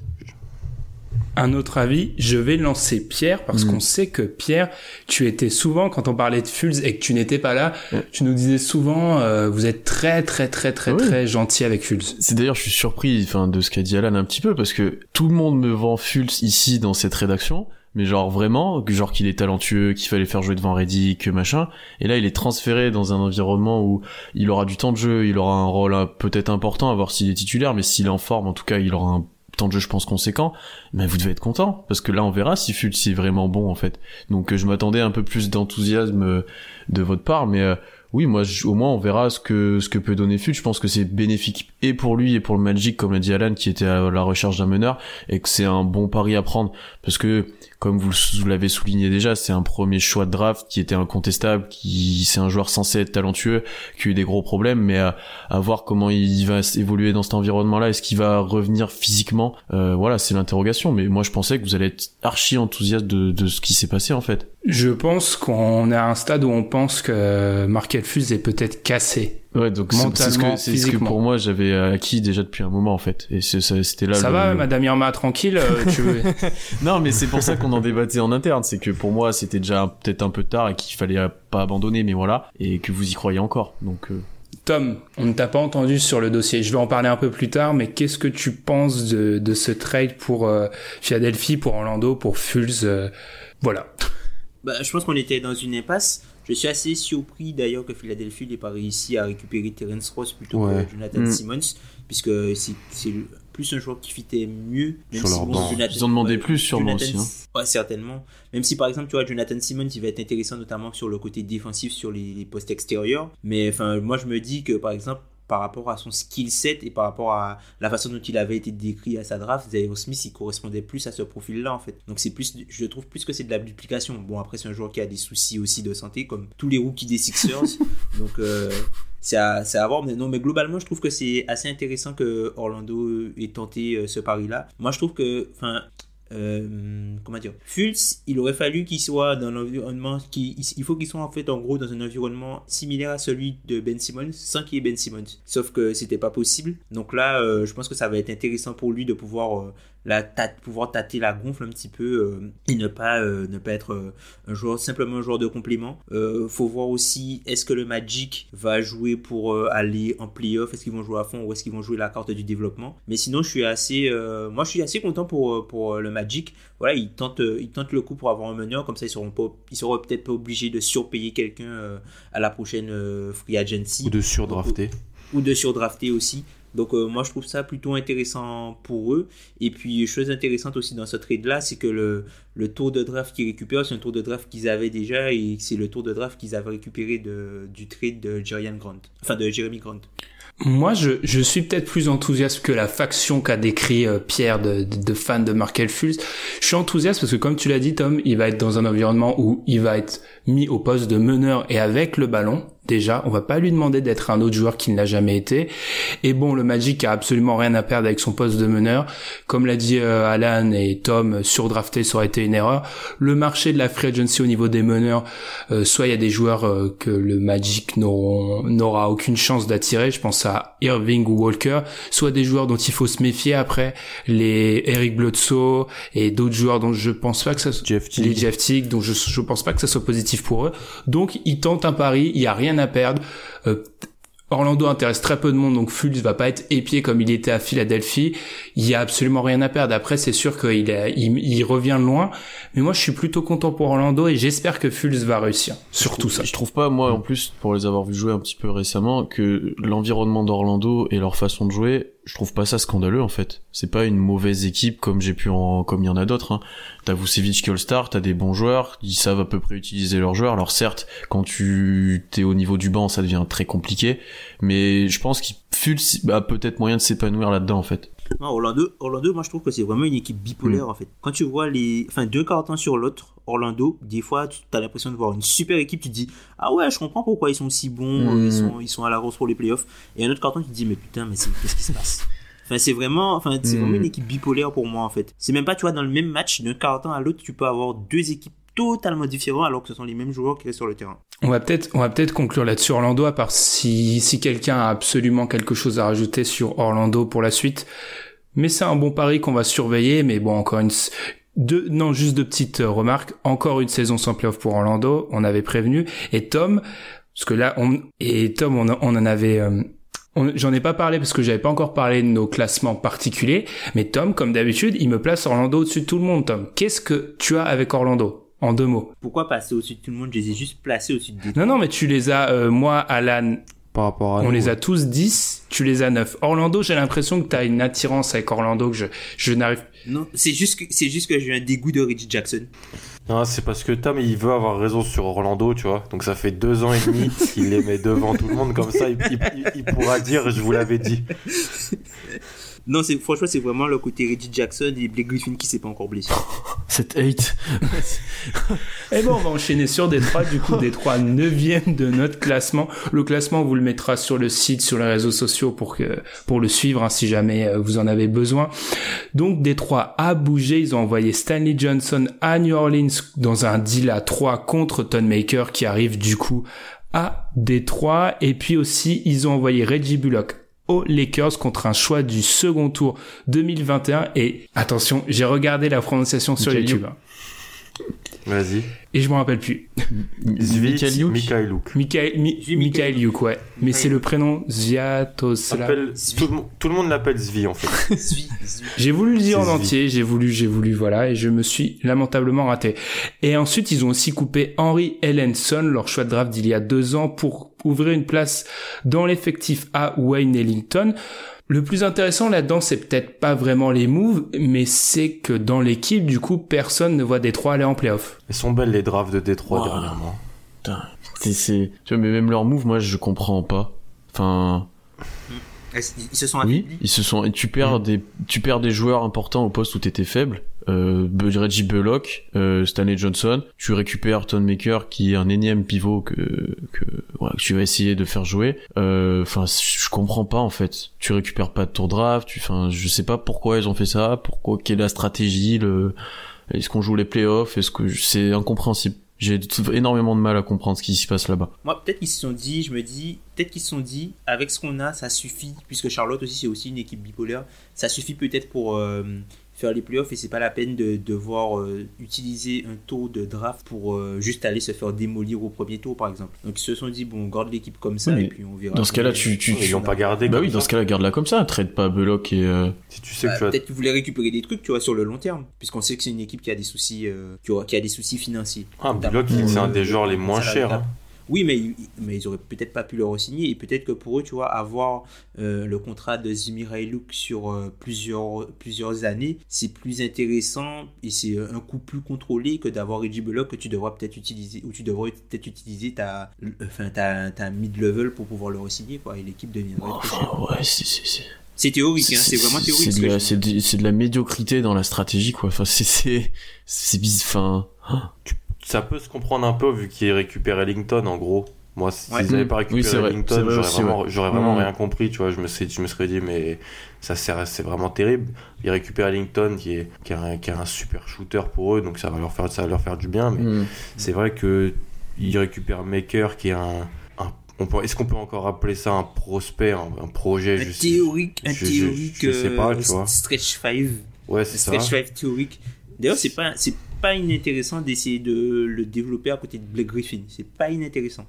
Speaker 4: Un autre avis, je vais lancer Pierre, parce
Speaker 6: Mmh.
Speaker 4: qu'on sait que Pierre, tu étais souvent, quand on parlait de Fultz et que tu n'étais pas là,
Speaker 6: Ouais.
Speaker 4: tu nous disais souvent, euh, vous êtes très très très très
Speaker 6: Oui.
Speaker 4: très gentil avec Fultz.
Speaker 6: C'est d'ailleurs, je suis surpris, enfin, de ce qu'a dit Alan un petit peu, parce que tout le monde me vend Fultz ici dans cette rédaction, mais genre vraiment, genre qu'il est talentueux, qu'il fallait faire jouer devant Redick, machin, et là il est transféré dans un environnement où il aura du temps de jeu, il aura un rôle euh, peut-être important, à voir s'il est titulaire, mais s'il est en forme, en tout cas, il aura un temps de jeu, je pense, conséquent. Mais vous devez être content, parce que là on verra si Fultz est vraiment bon en fait. Donc euh, je m'attendais à un peu plus d'enthousiasme euh, de votre part, mais euh, oui, moi, je- au moins, on verra ce que ce que peut donner Fultz. Je pense que c'est bénéfique et pour lui et pour le Magic, comme l'a dit Alan, qui était à la recherche d'un meneur, et que c'est un bon pari à prendre, parce que, comme vous, vous l'avez souligné déjà, c'est un premier choix de draft qui était incontestable, qui c'est un joueur censé être talentueux, qui a eu des gros problèmes, mais à, à voir comment il va évoluer dans cet environnement-là, est-ce qu'il va revenir physiquement, euh, voilà, c'est l'interrogation. Mais moi, je pensais que vous allez être archi enthousiaste de, de ce qui s'est passé en fait.
Speaker 4: Je pense qu'on est à un stade où on pense que Markelle Fultz est peut-être cassé.
Speaker 6: Ouais, donc c'est- c'est ce que
Speaker 4: Mentalement,
Speaker 6: c'est ce que
Speaker 4: physiquement.
Speaker 6: pour moi j'avais acquis déjà depuis un moment en fait, et c'est- ça- c'était là.
Speaker 4: Ça
Speaker 6: le-
Speaker 4: va,
Speaker 6: le-
Speaker 4: Madame Irma, tranquille, euh, tu veux...
Speaker 6: Non, mais c'est pour ça qu'on en débattait en interne, c'est que pour moi c'était déjà un- peut-être un peu tard et qu'il fallait euh, pas abandonner, mais voilà, et que vous y croyez encore. Donc euh...
Speaker 4: Tom, on ne t'a pas entendu sur le dossier. Je vais en parler un peu plus tard, mais qu'est-ce que tu penses de, de ce trade pour euh, Philadelphie, pour Orlando, pour Fultz euh, Voilà.
Speaker 7: Bah, je pense qu'on était dans une impasse. Je suis assez surpris d'ailleurs que Philadelphie n'ait pas réussi à récupérer Terrence Ross plutôt
Speaker 5: Ouais.
Speaker 7: que Jonathan
Speaker 6: Mm.
Speaker 7: Simmons, puisque c'est, c'est le- plus un joueur qui fitait mieux. Même
Speaker 5: Sur
Speaker 7: si
Speaker 5: leur
Speaker 7: bon,
Speaker 5: banc.
Speaker 7: Jonathan-
Speaker 6: Ils en demandaient
Speaker 7: ouais,
Speaker 6: plus, sûrement,
Speaker 7: Jonathan-
Speaker 6: aussi,
Speaker 7: Ouais, certainement. Même si par exemple, tu vois, Jonathan Simmons, il va être intéressant notamment sur le côté défensif, sur les, les postes extérieurs. Mais enfin, moi je me dis que par exemple, par rapport à son skill set et par rapport à la façon dont il avait été décrit à sa draft, Zaire Smith, il correspondait plus à ce profil-là, en fait. Donc, c'est plus, je trouve plus que c'est de la duplication. Bon, après, c'est un joueur qui a des soucis aussi de santé, comme tous les rookies des Sixers. Donc, euh, c'est à, c'est à voir. Mais non, mais globalement, je trouve que c'est assez intéressant que Orlando ait tenté euh, ce pari-là. Moi, je trouve que, enfin, Euh, comment dire, Fultz, il aurait fallu qu'il soit dans l'environnement, qu'il, il faut qu'il soit en fait en gros dans un environnement similaire à celui de Ben Simmons sans qu'il y ait Ben Simmons, sauf que c'était pas possible. Donc là euh, je pense que ça va être intéressant pour lui de pouvoir euh, la tâte, pouvoir tâter la gonfle un petit peu euh, et ne pas euh, ne pas être euh, un joueur, simplement un joueur de complément. Euh, faut voir aussi, est-ce que le Magic va jouer pour euh, aller en playoff, est-ce qu'ils vont jouer à fond ou est-ce qu'ils vont jouer la carte du développement. Mais sinon je suis assez euh, moi je suis assez content pour pour euh, le Magic. Voilà, ils tentent, ils tentent le coup pour avoir un meneur, comme ça ils seront pas, ils seront peut-être pas obligés de surpayer quelqu'un euh, à la prochaine euh, free agency.
Speaker 5: Ou de surdrafter.
Speaker 7: Donc, ou, ou de surdrafter aussi. Donc euh, moi je trouve ça plutôt intéressant pour eux. Et puis chose intéressante aussi dans ce trade là, c'est que le, le tour de draft qu'ils récupèrent, c'est un tour de draft qu'ils avaient déjà et c'est le tour de draft qu'ils avaient récupéré de, du trade de Jerian Grant, enfin de Jeremy Grant.
Speaker 4: Moi, je, je suis peut-être plus enthousiaste que la faction qu'a décrit euh, Pierre de, de, de fans de Markelle Fultz. Je suis enthousiaste parce que, comme tu l'as dit, Tom, il va être dans un environnement où il va être mis au poste de meneur et avec le ballon. Déjà, on va pas lui demander d'être un autre joueur qui ne l'a jamais été. Et bon, le Magic a absolument rien à perdre avec son poste de meneur. Comme l'a dit euh, Alan et Tom, surdrafter, ça aurait été une erreur. Le marché de la free agency au niveau des meneurs, euh, soit il y a des joueurs euh, que le Magic n'auront, n'aura aucune chance d'attirer, je pense à Irving ou Walker, soit des joueurs dont il faut se méfier après, les Eric Bledsoe et d'autres joueurs dont je pense pas que ça soit,
Speaker 5: Jeff
Speaker 4: les Jeff Teague, dont je, je pense pas que ça soit positif pour eux. Donc, ils tentent un pari, il y a rien à perdre. Euh, Orlando intéresse très peu de monde, donc Fultz va pas être épié comme il était à Philadelphie. Il y a absolument rien à perdre. Après, c'est sûr qu'il a, il, il revient de loin, mais moi je suis plutôt content pour Orlando et j'espère que Fultz va réussir sur tout ça.
Speaker 6: Je trouve pas, moi en plus, pour les avoir vu jouer un petit peu récemment, que l'environnement d'Orlando et leur façon de jouer, je trouve pas ça scandaleux en fait. C'est pas une mauvaise équipe comme j'ai pu en, comme il y en a d'autres. Hein. T'as Vucevic qui est All-Star, t'as des bons joueurs, ils savent à peu près utiliser leurs joueurs. Alors certes, quand tu t'es au niveau du banc, ça devient très compliqué, mais je pense qu'il Fultz a peut-être moyen de s'épanouir là-dedans en fait.
Speaker 7: Non, Orlando, Orlando, moi je trouve que c'est vraiment une équipe bipolaire mmh. en fait. Quand tu vois les, enfin deux cartons sur l'autre, Orlando, des fois tu as l'impression de voir une super équipe, tu te dis ah ouais, je comprends pourquoi ils sont si bons, mmh. ils sont ils sont à la course pour les playoffs. Et un autre carton, tu te dis mais putain, mais c'est, qu'est-ce qui se passe? Enfin c'est vraiment, enfin c'est mmh. vraiment une équipe bipolaire pour moi en fait. C'est même pas, tu vois, dans le même match d'un carton à l'autre, tu peux avoir deux équipes totalement différentes alors que ce sont les mêmes joueurs qui restent sur le terrain.
Speaker 4: On va peut-être, on va peut-être conclure là-dessus Orlando, à part si si quelqu'un a absolument quelque chose à rajouter sur Orlando pour la suite. Mais c'est un bon pari qu'on va surveiller. Mais bon, encore une, deux, non, juste deux petites remarques. Encore une saison sans playoff pour Orlando. On avait prévenu. Et Tom, parce que là, on, et Tom, on, on en avait, euh, on, j'en ai pas parlé parce que j'avais pas encore parlé de nos classements particuliers. Mais Tom, comme d'habitude, il me place Orlando au-dessus de tout le monde. Tom, qu'est-ce que tu as avec Orlando? En deux mots.
Speaker 7: Pourquoi passer au-dessus de tout le monde? Je les ai juste placés au-dessus de
Speaker 4: Non, non, mais tu les as, euh, moi, Alan,
Speaker 5: par rapport à
Speaker 4: on
Speaker 5: nous,
Speaker 4: les
Speaker 5: ouais.
Speaker 4: a tous dix, tu les as neuf. Orlando, j'ai l'impression que t'as une attirance avec Orlando que je, je n'arrive.
Speaker 7: Non, c'est juste que, c'est juste que j'ai un dégoût de Reggie Jackson.
Speaker 5: Non, c'est parce que Tom, il veut avoir raison sur Orlando, tu vois. Donc ça fait deux ans et demi qu'il les met devant tout le monde, comme ça, il, il, il pourra dire, je vous l'avais dit.
Speaker 7: Non, c'est, franchement, c'est vraiment le côté Reggie Jackson et Blake Griffin qui s'est pas encore blessé.
Speaker 6: Cette hate.
Speaker 4: Et bon, on va enchaîner sur Détroit, du coup, Détroit neuvième de notre classement. Le classement, on vous le mettra sur le site, sur les réseaux sociaux pour que, pour le suivre, hein, si jamais vous en avez besoin. Donc, Détroit a bougé. Ils ont envoyé Stanley Johnson à New Orleans dans un deal à trois contre Thon Maker qui arrive, du coup, à Détroit. Et puis aussi, ils ont envoyé Reggie Bullock aux Lakers contre un choix du second tour deux mille vingt et un. Et attention, j'ai regardé la prononciation sur
Speaker 6: Michael
Speaker 4: YouTube.
Speaker 5: Vas-y.
Speaker 4: Et je m'en rappelle plus.
Speaker 5: Zvi, Mikhailuk.
Speaker 4: Mikhail, Mi, Mikhailuk, ouais. Mais c'est le prénom Zviatoslav.
Speaker 5: Appelle, tout, le, tout le monde l'appelle Zvi, en fait.
Speaker 7: Zvi, Zvi.
Speaker 4: J'ai voulu le dire
Speaker 5: C'est
Speaker 4: en
Speaker 5: Zvi.
Speaker 4: entier, j'ai voulu, j'ai voulu, voilà, et je me suis lamentablement raté. Et ensuite, ils ont aussi coupé Henry Ellenson, leur choix de draft d'il y a deux ans, pour ouvrir une place dans l'effectif à Wayne Ellington. Le plus intéressant là-dedans, c'est peut-être pas vraiment les moves, mais c'est que dans l'équipe, du coup, personne ne voit Détroit aller en playoff.
Speaker 5: Elles sont belles les drafts de Détroit
Speaker 6: Wow.
Speaker 5: dernièrement.
Speaker 6: Putain, c'est, c'est, tu vois, mais même leur move, moi, je comprends pas. Enfin,
Speaker 7: Ils se sont
Speaker 6: Oui,
Speaker 7: affaiblis.
Speaker 6: ils se sont, et tu perds des, tu perds des joueurs importants au poste où t'étais faible. Euh, Reggie Bullock, euh, Stanley Johnson. Tu récupères Thon Maker qui est un énième pivot que, que, ouais, que tu vas essayer de faire jouer. Enfin, euh, je comprends pas en fait. Tu récupères pas de tour draft. Tu, enfin, je sais pas pourquoi ils ont fait ça. Pourquoi, quelle est la stratégie, le, est-ce qu'on joue les playoffs? Est-ce que c'est incompréhensible? J'ai énormément de mal à comprendre ce qui se passe là-bas.
Speaker 7: Moi, peut-être qu'ils se sont dit, je me dis, peut-être qu'ils se sont dit, avec ce qu'on a, ça suffit, puisque Charlotte aussi, c'est aussi une équipe bipolaire, ça suffit peut-être pour euh, faire les playoffs et c'est pas la peine de devoir euh, utiliser un tour de draft pour euh, juste aller se faire démolir au premier tour, par exemple. Donc ils se sont dit, bon, on garde l'équipe comme ça
Speaker 6: oui,
Speaker 7: et puis on verra.
Speaker 6: Dans ce cas-là, tu, tu,
Speaker 5: ils
Speaker 6: tu...
Speaker 5: l'ont pas gardé.
Speaker 6: Bah oui,
Speaker 5: ça.
Speaker 6: dans ce cas-là, garde-la comme ça. Trade pas Bullock et. Euh...
Speaker 5: Si tu sais
Speaker 7: bah,
Speaker 5: que tu as...
Speaker 7: peut-être qu'ils voulaient récupérer des trucs, tu vois, sur le long terme, puisqu'on sait que c'est une équipe qui a des soucis, euh, qui, a, qui a des soucis financiers.
Speaker 5: Ah, Bullock, c'est un des joueurs les moins chers. Hein.
Speaker 7: Oui, mais, mais ils auraient peut-être pas pu le re-signer et peut-être que pour eux, tu vois, avoir euh, le contrat de Semi Rayluk sur euh, plusieurs, plusieurs années, c'est plus intéressant et c'est un coût plus contrôlé que d'avoir Reggie Bullock que tu devrais peut-être utiliser ou tu devrais peut-être utiliser ta, enfin, ta, ta mid-level pour pouvoir le re-signer, quoi, et l'équipe deviendrait
Speaker 6: oh,
Speaker 7: trop chère.
Speaker 6: Ouais, c'est, c'est, c'est...
Speaker 7: C'est théorique, c'est, hein, c'est vraiment théorique.
Speaker 6: C'est de, la, c'est, de, c'est de la médiocrité dans la stratégie, quoi. Enfin, c'est, c'est, c'est bizarre. Enfin,
Speaker 5: tu ça peut se comprendre un peu vu qu'ils récupèrent Ellington en gros. Moi, s'ils
Speaker 7: ouais.
Speaker 5: n'avaient pas récupéré
Speaker 6: oui, vrai,
Speaker 5: Ellington, j'aurais
Speaker 6: aussi,
Speaker 5: vraiment,
Speaker 6: ouais.
Speaker 5: j'aurais vraiment
Speaker 6: mmh.
Speaker 5: rien compris, tu vois. Je me serais, je me serais dit, mais ça sert, c'est vraiment terrible. Ils récupèrent Ellington qui est, qui est, un, qui est un super shooter pour eux, donc ça va leur faire, ça va leur faire du bien. Mais mmh. c'est vrai que ils récupèrent Maker qui est un, un on peut, est-ce qu'on peut encore appeler ça un prospect, un, un projet
Speaker 7: un
Speaker 5: juste,
Speaker 7: théorique, un
Speaker 5: je,
Speaker 7: théorique,
Speaker 5: je, je, je sais pas, tu vois.
Speaker 7: Stretch five.
Speaker 5: Ouais, c'est
Speaker 7: stretch
Speaker 5: ça.
Speaker 7: Stretch five théorique. D'ailleurs, c'est pas, c'est pas inintéressant d'essayer de le développer à côté de Blake Griffin. C'est pas inintéressant.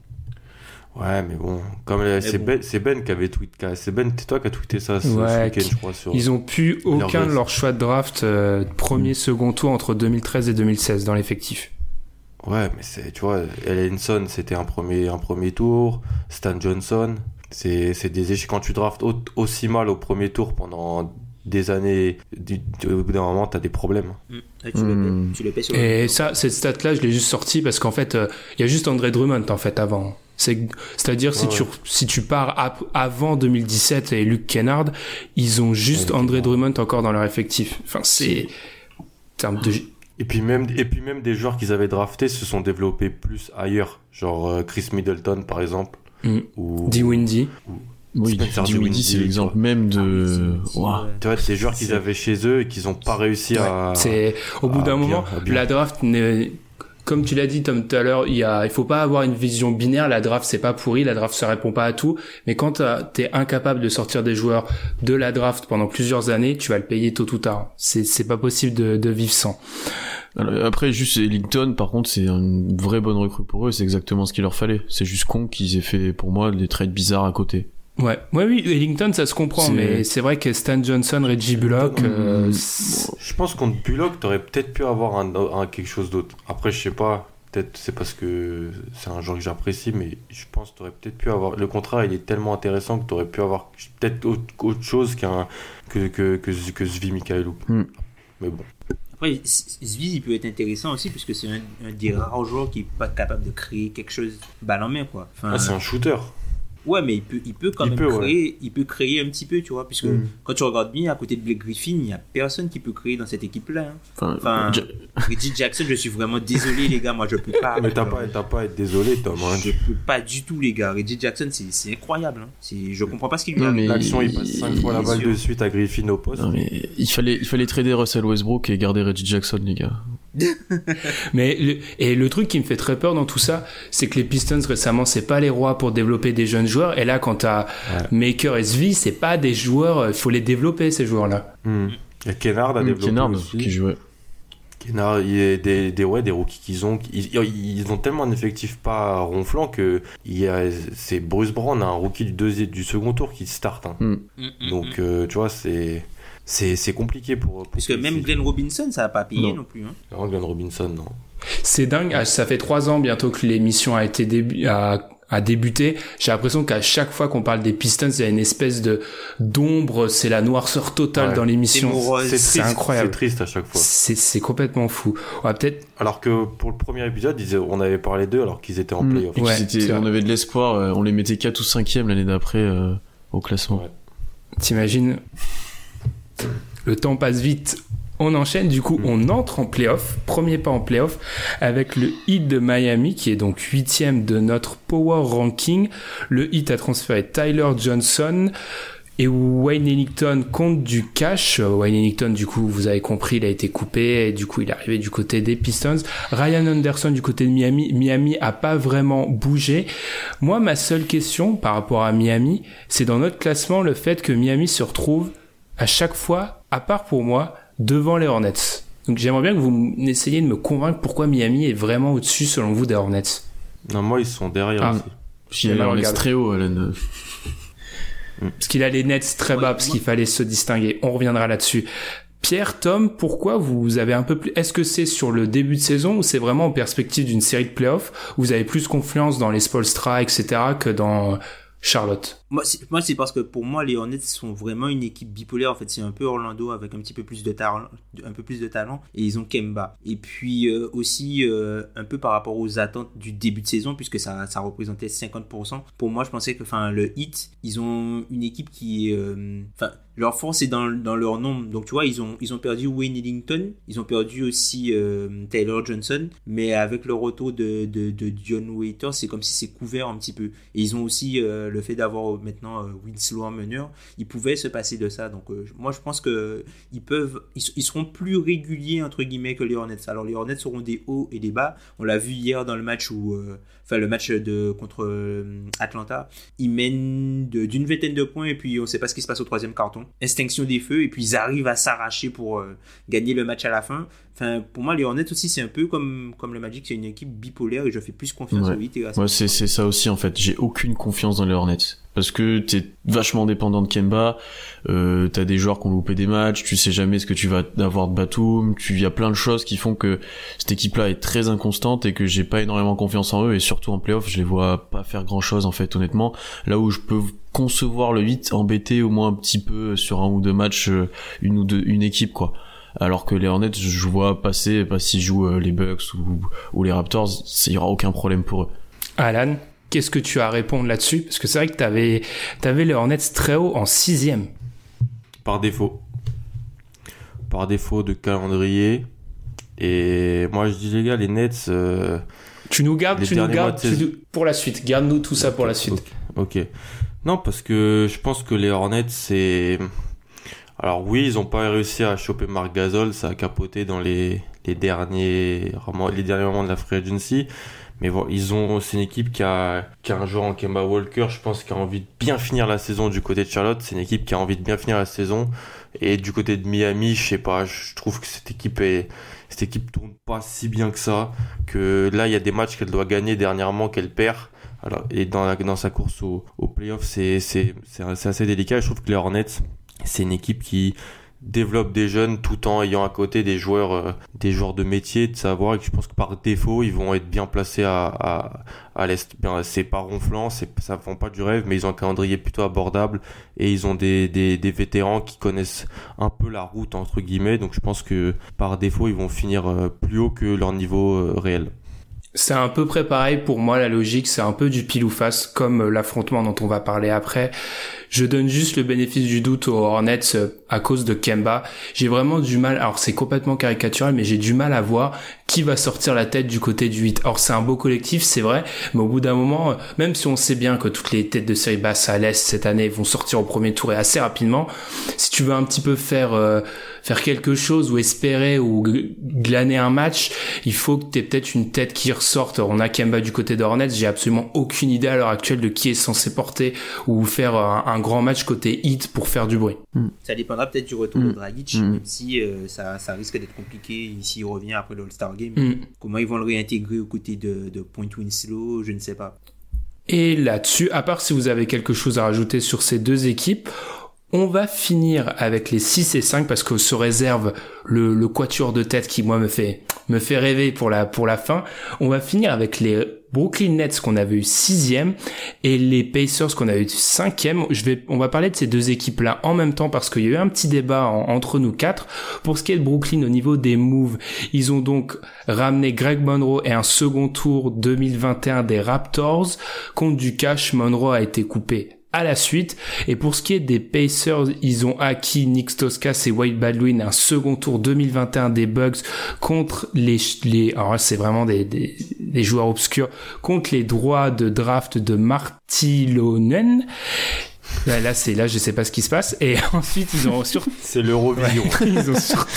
Speaker 5: Ouais, mais bon, comme mais c'est, bon. Ben, c'est Ben qui avait tweeté, c'est Ben, c'est toi qui as tweeté ça ce,
Speaker 4: ouais,
Speaker 5: ce week-end, je crois. Sur
Speaker 4: ils ont pu aucun de leurs choix de draft euh, premier, mmh. second tour entre deux mille treize et deux mille seize dans l'effectif.
Speaker 5: Ouais, mais c'est, tu vois, Ellenson, c'était un premier, un premier tour. Stan Johnson, c'est, c'est des échecs. Quand tu draftes au, aussi mal au premier tour pendant des années, du, du, au bout d'un moment, t'as des problèmes.
Speaker 7: Mmh. Et tu, mmh. le, tu le paies sur
Speaker 4: Et
Speaker 7: le
Speaker 4: ça, cette stat-là, je l'ai juste sortie parce qu'en fait, il euh, y a juste André Drummond, en fait, avant. C'est, c'est-à-dire, ouais, si, ouais. tu, si tu pars ap- avant deux mille dix-sept et Luke Kennard, ils ont juste ouais, André Drummond encore dans leur effectif. Enfin, c'est... termes de...
Speaker 5: Et puis même, et puis même des joueurs qu'ils avaient draftés se sont développés plus ailleurs. Genre euh, Chris Middleton, par exemple.
Speaker 4: Mm. Ou... D-Windy.
Speaker 6: Ou... Oui, D-Windy, c'est l'exemple même de...
Speaker 5: Wow. Tu vois, c'est des joueurs qu'ils avaient chez eux et qu'ils n'ont pas réussi
Speaker 4: ouais.
Speaker 5: à...
Speaker 4: C'est... Au bout d'un bien, moment, la draft n'est... Comme tu l'as dit, Tom, tout à l'heure, il y a, il faut pas avoir une vision binaire. La draft, c'est pas pourri. La draft, ça répond pas à tout. Mais quand t'es incapable de sortir des joueurs de la draft pendant plusieurs années, tu vas le payer tôt ou tard. C'est, c'est pas possible de, de vivre sans.
Speaker 6: Alors, après, juste Ellington, par contre, c'est une vraie bonne recrue pour eux. C'est exactement ce qu'il leur fallait. C'est juste con qu'ils aient fait, pour moi, des trades bizarres à côté.
Speaker 4: Ouais, ouais, oui, Ellington, ça se comprend, c'est... mais c'est vrai que Stan Johnson, Reggie Bullock, euh,
Speaker 5: je pense qu'entre Bullock, t'aurais peut-être pu avoir un, un quelque chose d'autre. Après, je sais pas, peut-être c'est parce que c'est un joueur que j'apprécie, mais je pense que t'aurais peut-être pu avoir. Le contrat, il est tellement intéressant que t'aurais pu avoir peut-être autre, autre chose qu'un que que que, que Zvi Mikhailuk. Mm. Mais bon.
Speaker 7: Après, Zvi, il peut être intéressant aussi puisque c'est un, un des rares joueurs qui est pas capable de créer quelque chose balle en main, quoi.
Speaker 5: Enfin, ah, c'est un shooter.
Speaker 7: Ouais, mais il peut, il peut quand il même peut, créer, ouais. il peut créer un petit peu, tu vois, puisque mm. quand tu regardes bien, à côté de Blake Griffin, il n'y a personne qui peut créer dans cette équipe-là. Hein. Enfin, enfin ja... Reggie Jackson, je suis vraiment désolé, les gars, moi je peux pas.
Speaker 5: Mais t'as pas, t'as pas à être désolé, Tom. Hein.
Speaker 7: Je peux pas du tout, les gars. Reggie Jackson, c'est, c'est incroyable. Hein. C'est, je comprends pas ce qu'il lui a.
Speaker 5: Mais l'action, il passe cinq fois la balle de suite à Griffin au poste.
Speaker 6: Non, mais il fallait, il fallait trader Russell Westbrook et garder Reggie Jackson, les gars.
Speaker 4: Mais le, et le truc qui me fait très peur dans tout ça, c'est que les Pistons récemment, c'est pas les rois pour développer des jeunes joueurs. Et là, quand t'as ouais. Maker et Svi, c'est pas des joueurs, il faut les développer ces joueurs-là.
Speaker 5: Mmh. Il y a Kennard à mmh, développer
Speaker 6: Kennard
Speaker 5: aussi.
Speaker 6: Qui jouait.
Speaker 5: Kennard, il y a des, des ouais des rookies qu'ils ont, ils, ils ont tellement un effectif pas ronflant que il y a, c'est Bruce Brown, un rookie du deuxième, du second tour qui start. Hein. Mmh. Donc euh, tu vois c'est C'est, c'est compliqué pour... pour
Speaker 7: Parce que même Glenn Robinson, ça n'a pas payé non, non plus. Hein.
Speaker 5: Non, Glenn Robinson, non.
Speaker 4: C'est dingue, ça fait trois ans bientôt que l'émission a été débu- a, a débuté. J'ai l'impression qu'à chaque fois qu'on parle des Pistons, il y a une espèce de d'ombre, c'est la noirceur totale ouais. dans l'émission.
Speaker 5: C'est, c'est, c'est triste, incroyable. C'est triste à chaque fois.
Speaker 4: C'est, c'est complètement fou. Ouais, peut-être...
Speaker 5: Alors que pour le premier épisode, ils, on avait parlé d'eux alors qu'ils étaient en
Speaker 6: mmh.
Speaker 5: play-off.
Speaker 6: Ouais, on avait de l'espoir, on les mettait quatre ou cinquième l'année d'après... Euh... au classement.
Speaker 5: Ouais.
Speaker 4: T'imagines, le temps passe vite. On enchaîne, du coup, on entre en play-off, premier pas en play-off, avec le Heat de Miami, qui est donc huitième de notre Power Ranking. Le Heat a transféré Tyler Johnson et Wayne Ellington contre du cash. Wayne Ellington, du coup, vous avez compris, il a été coupé, et du coup, il est arrivé du côté des Pistons. Ryan Anderson, du côté de Miami, Miami a pas vraiment bougé. Moi, ma seule question par rapport à Miami, c'est dans notre classement, le fait que Miami se retrouve à chaque fois, à part pour moi, devant les Hornets. Donc j'aimerais bien que vous essayiez de me convaincre pourquoi Miami est vraiment au-dessus selon vous des Hornets.
Speaker 5: Non, moi ils sont derrière
Speaker 4: ah.
Speaker 5: aussi.
Speaker 6: Il a les Hornets très haut, Alan.
Speaker 4: Parce qu'il a les Nets très bas, ouais, parce moi... qu'il fallait se distinguer. On reviendra là-dessus. Pierre, Tom, pourquoi vous avez un peu plus... Est-ce que c'est sur le début de saison ou c'est vraiment en perspective d'une série de playoffs où vous avez plus confiance dans les Spoelstra, et cetera que dans Charlotte?
Speaker 7: Moi c'est, moi, c'est parce que pour moi, les Hornets sont vraiment une équipe bipolaire. En fait, c'est un peu Orlando avec un petit peu plus de talent, un peu plus de talent, et ils ont Kemba. Et puis euh, aussi euh, un peu par rapport aux attentes du début de saison, puisque ça, ça représentait cinquante pour cent. Pour moi, je pensais que, enfin, le Heat, ils ont une équipe qui, enfin, euh, leur force est dans, dans leur nombre. Donc tu vois, ils ont, ils ont perdu Wayne Ellington, ils ont perdu aussi euh, Tyler Johnson, mais avec le retour de, de, de Dion Waiters, c'est comme si c'est couvert un petit peu. Et ils ont aussi euh, le fait d'avoir maintenant euh, Winslow en meneur, ils pouvaient se passer de ça. Donc euh, moi je pense que ils peuvent, ils, ils seront plus réguliers entre guillemets que les Hornets. Alors les Hornets seront des hauts et des bas. On l'a vu hier dans le match où, euh, enfin le match de contre euh, Atlanta, ils mènent de, d'une vingtaine de points et puis on sait pas ce qui se passe au troisième carton. Extinction des feux et puis ils arrivent à s'arracher pour euh, gagner le match à la fin. Enfin, pour moi, les Hornets aussi, c'est un peu comme, comme le Magic, c'est une équipe bipolaire et je fais plus confiance
Speaker 6: ouais.
Speaker 7: au Heat.
Speaker 6: Ouais, c'est, c'est ça aussi, en fait. J'ai aucune confiance dans les Hornets. Parce que t'es vachement dépendant de Kemba, euh, t'as des joueurs qui ont loupé des matchs, tu sais jamais ce que tu vas avoir de Batum, tu, y a plein de choses qui font que cette équipe-là est très inconstante et que j'ai pas énormément confiance en eux, et surtout en playoff, je les vois pas faire grand chose, en fait, honnêtement. Là où je peux concevoir le Heat embêter au moins un petit peu sur un ou deux matchs, une ou deux, une équipe, quoi. Alors que les Hornets, je vois passer, pas s'ils jouent euh, les Bucks ou, ou les Raptors, il y aura aucun problème pour eux.
Speaker 4: Alan, qu'est-ce que tu as à répondre là-dessus? Parce que c'est vrai que t'avais, t'avais les Hornets très haut en sixième.
Speaker 5: Par défaut. Par défaut de calendrier. Et moi je dis les gars, les Nets... Euh,
Speaker 4: tu nous gardes, tu nous gardes tu nous... pour la suite. Garde-nous tout ça okay, pour la suite.
Speaker 5: Ok. okay. Non, parce que je pense que les Hornets, c'est... Alors oui, ils ont pas réussi à choper Marc Gasol, ça a capoté dans les, les derniers, les derniers moments de la free agency. Mais bon, ils ont, c'est une équipe qui a, qui a un joueur en Kemba Walker, je pense, qui a envie de bien finir la saison du côté de Charlotte. C'est une équipe qui a envie de bien finir la saison. Et du côté de Miami, je sais pas, je trouve que cette équipe est, cette équipe tourne pas si bien que ça. Que là, il y a des matchs qu'elle doit gagner dernièrement, qu'elle perd. Alors, et dans la, dans sa course au, au playoff, c'est, c'est, c'est, c'est assez délicat. Je trouve que les Hornets, c'est une équipe qui développe des jeunes tout en ayant à côté des joueurs, euh, des joueurs de métier, de savoir, et que je pense que par défaut, ils vont être bien placés à, à, à l'Est. Bien, c'est pas ronflant, c'est, ça vend pas du rêve, mais ils ont un calendrier plutôt abordable et ils ont des, des, des vétérans qui connaissent un peu la route, entre guillemets. Donc je pense que par défaut, ils vont finir euh, plus haut que leur niveau euh, réel.
Speaker 4: C'est un peu près pareil pour moi, la logique, c'est un peu du pile ou face, comme l'affrontement dont on va parler après. Je donne juste le bénéfice du doute aux Hornets à cause de Kemba. J'ai vraiment du mal, alors c'est complètement caricatural, mais j'ai du mal à voir qui va sortir la tête du côté du Heat. Or c'est un beau collectif, c'est vrai, mais au bout d'un moment, même si on sait bien que toutes les têtes de série basse à l'Est cette année vont sortir au premier tour et assez rapidement, si tu veux un petit peu faire euh, faire quelque chose ou espérer ou glaner un match, il faut que t'aies peut-être une tête qui ressorte. On a Kemba du côté des Hornets, j'ai absolument aucune idée à l'heure actuelle de qui est censé porter ou faire un, un grand match côté Heat pour faire du bruit.
Speaker 7: Ça dépendra peut-être du retour
Speaker 6: mm.
Speaker 7: de Dragic,
Speaker 6: mm.
Speaker 7: même si euh, ça, ça risque d'être compliqué s'il revient après le All-Star Game.
Speaker 4: Mm.
Speaker 7: Comment ils vont le réintégrer aux côtés de, de Point Winslow, je ne sais pas.
Speaker 4: Et là-dessus, à part si vous avez quelque chose à rajouter sur ces deux équipes, on va finir avec les six et cinq parce que se réserve le, le quatuor de tête qui, moi, me fait, me fait rêver pour la, pour la fin. On va finir avec les Brooklyn Nets qu'on avait eu sixième et les Pacers qu'on avait eu cinquième. Je vais, on va parler de ces deux équipes-là en même temps parce qu'il y a eu un petit débat en, entre nous quatre. Pour ce qui est de Brooklyn au niveau des moves, ils ont donc ramené Greg Monroe et un second tour deux mille vingt et un des Raptors. Contre du cash, Monroe a été coupé à la suite. Et pour ce qui est des Pacers, ils ont acquis Nick Stauskas et Wade Baldwin, un second tour deux mille vingt et un des Bucks contre les, les alors là, c'est vraiment des, des, des joueurs obscurs, contre les droits de draft de Marttilonen. Là, là, c'est, là, je sais pas ce qui se passe. Et ensuite, ils ont surtout...
Speaker 5: C'est l'Eurovision.
Speaker 4: Ouais, ils ont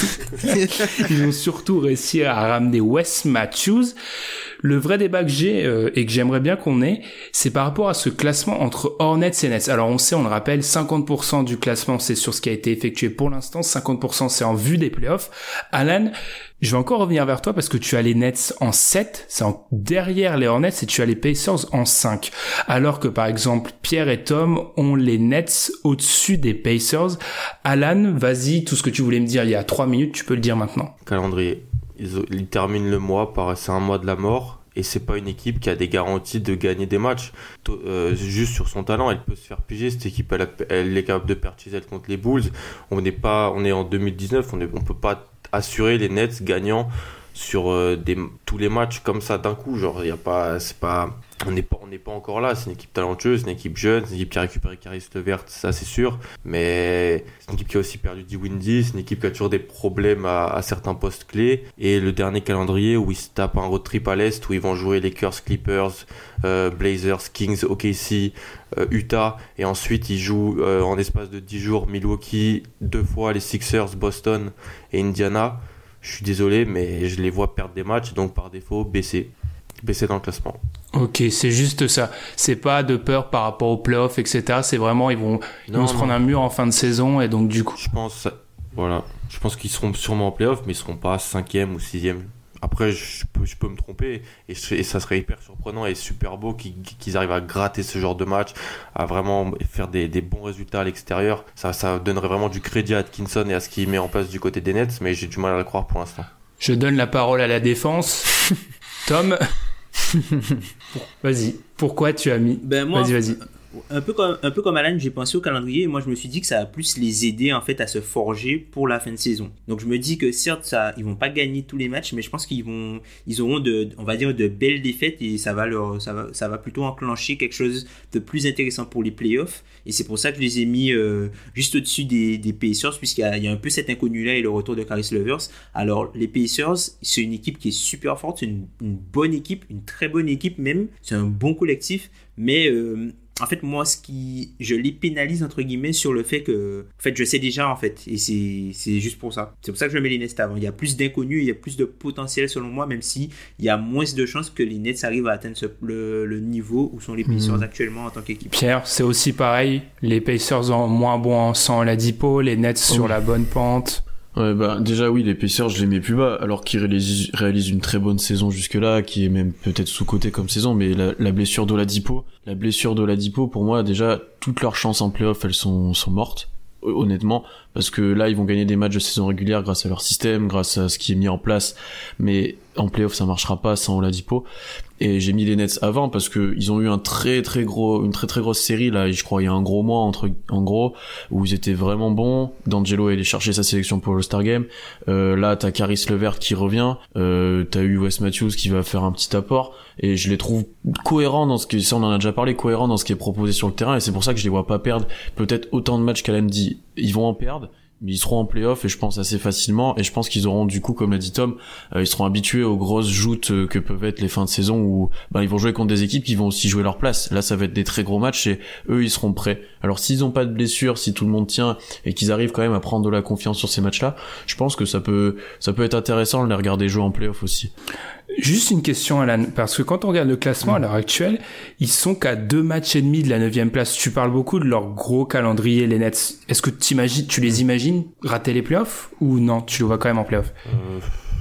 Speaker 4: surtout, ils ont surtout réussi à ramener Wes Matthews. Le vrai débat que j'ai, euh, et que j'aimerais bien qu'on ait, c'est par rapport à ce classement entre Hornets et Nets. Alors, on sait, on le rappelle, cinquante pour cent du classement, c'est sur ce qui a été effectué pour l'instant. cinquante pour cent, c'est en vue des playoffs. Alan, je vais encore revenir vers toi parce que tu as les Nets en sept, c'est en, derrière les Hornets, et tu as les Pacers en cinq. Alors que, par exemple, Pierre et Tom ont les Nets au-dessus des Pacers. Alan, vas-y, tout ce que tu voulais me dire il y a trois minutes, tu peux le dire maintenant.
Speaker 5: Calendrier. Ils, ils terminent le mois par, c'est un mois de la mort. Et c'est pas une équipe qui a des garanties de gagner des matchs. Euh, juste sur son talent, elle peut se faire piger. Cette équipe, elle, a, elle est capable de perdre chez elle contre les Bulls. On n'est pas, on est en deux mille dix-neuf. On est, on peut pas assurer les Nets gagnants sur euh, des, tous les matchs comme ça d'un coup. Genre, il y a pas, c'est pas, on n'est pas, on n'est pas encore là. C'est une équipe talentueuse, c'est une équipe jeune, c'est une équipe qui a récupéré Caris LeVert, ça c'est sûr. Mais c'est une équipe qui a aussi perdu D. Windy. C'est une équipe qui a toujours des problèmes à, à certains postes clés. Et le dernier calendrier où ils se tapent un road trip à l'est, où ils vont jouer Lakers, Clippers, euh, Blazers, Kings, O K C, euh, Utah. Et ensuite ils jouent euh, en espace de dix jours Milwaukee, deux fois les Sixers, Boston et Indiana. Je suis désolé, mais je les vois perdre des matchs, donc par défaut, baisser. Baisser dans le classement.
Speaker 4: Ok, c'est juste ça. C'est pas de peur par rapport aux playoffs, et cetera. C'est vraiment, ils vont, ils
Speaker 5: non,
Speaker 4: vont se prendre un mur en fin de saison, et donc du coup...
Speaker 5: Je pense, voilà. Je pense qu'ils seront sûrement en playoffs, mais ils seront pas cinquième ou sixième. Après, je peux, je peux me tromper, et, je, et ça serait hyper surprenant et super beau qu'ils, qu'ils arrivent à gratter ce genre de match, à vraiment faire des, des bons résultats à l'extérieur. Ça, ça donnerait vraiment du crédit à Atkinson et à ce qu'il met en place du côté des Nets, mais j'ai du mal à le croire pour l'instant.
Speaker 4: Je donne la parole à la défense. Tom, vas-y. Pourquoi tu as mis...
Speaker 7: Ben moi,
Speaker 4: vas-y, vas-y.
Speaker 7: Un peu comme, un peu comme Alan, j'ai pensé au calendrier et moi je me suis dit que ça va plus les aider en fait à se forger pour la fin de saison. Donc je me dis que certes ça, ils vont pas gagner tous les matchs, mais je pense qu'ils vont, ils auront de, on va dire de belles défaites et ça va leur, ça va, ça va plutôt enclencher quelque chose de plus intéressant pour les playoffs. Et c'est pour ça que je les ai mis euh, juste au-dessus des, des Pacers puisqu'il y a, il y a un peu cet inconnu là et le retour de Caris LeVert. Alors les Pacers, c'est une équipe qui est super forte, c'est une, une bonne équipe, une très bonne équipe même, c'est un bon collectif, mais euh, en fait, moi, ce qui, je les pénalise entre guillemets sur le fait que, en fait, je sais déjà en fait, et c'est, c'est juste pour ça. C'est pour ça que je mets les Nets avant. Il y a plus d'inconnus, il y a plus de potentiel selon moi, même si il y a moins de chances que les Nets arrivent à atteindre ce, le, le niveau où sont les Pacers mmh. actuellement en tant qu'équipe.
Speaker 4: Pierre, c'est aussi pareil. Les Pacers en moins bons sans Oladipo, les Nets oh. sur la bonne pente.
Speaker 6: Ouais, bah, déjà, oui, les Pacers, je les mets plus bas, alors qu'ils réalisent, réalisent une très bonne saison jusque-là, qui est même peut-être sous-cotée comme saison, mais la, la blessure d'Oladipo, la blessure d'Oladipo, pour moi, déjà, toutes leurs chances en play-off, elles sont, sont mortes, honnêtement, parce que là, ils vont gagner des matchs de saison régulière grâce à leur système, grâce à ce qui est mis en place, mais en play-off, ça marchera pas sans Oladipo. Et j'ai mis les Nets avant parce que ils ont eu un très très gros, une très très grosse série là, je crois il y a un gros mois entre, en gros, où ils étaient vraiment bons. D'Angelo est allé chercher sa sélection pour l'All-Star Game. Euh, là, t'as Caris LeVert qui revient, euh, t'as eu Wes Matthews qui va faire un petit apport, et je les trouve cohérents dans ce qui, ça on en a déjà parlé, cohérents dans ce qui est proposé sur le terrain, et c'est pour ça que je les vois pas perdre peut-être autant de matchs qu'Alan dit. Ils vont en perdre, mais ils seront en play-off et je pense assez facilement, et je pense qu'ils auront du coup, comme l'a dit Tom, euh, ils seront habitués aux grosses joutes euh, que peuvent être les fins de saison où bah, ils vont jouer contre des équipes qui vont aussi jouer leur place. Là ça va être des très gros matchs et eux ils seront prêts. Alors s'ils ont pas de blessures, si tout le monde tient et qu'ils arrivent quand même à prendre de la confiance sur ces matchs-là, je pense que ça peut ça peut être intéressant de les regarder jouer en play-off aussi.
Speaker 4: Juste une question, Alan, parce que quand on regarde le classement à l'heure actuelle, ils sont qu'à deux matchs et demi de la neuvième place. Tu parles beaucoup de leur gros calendrier, les Nets. Est-ce que t'imagines, tu les imagines rater les playoffs ou non, tu le vois quand même en playoffs?
Speaker 5: euh,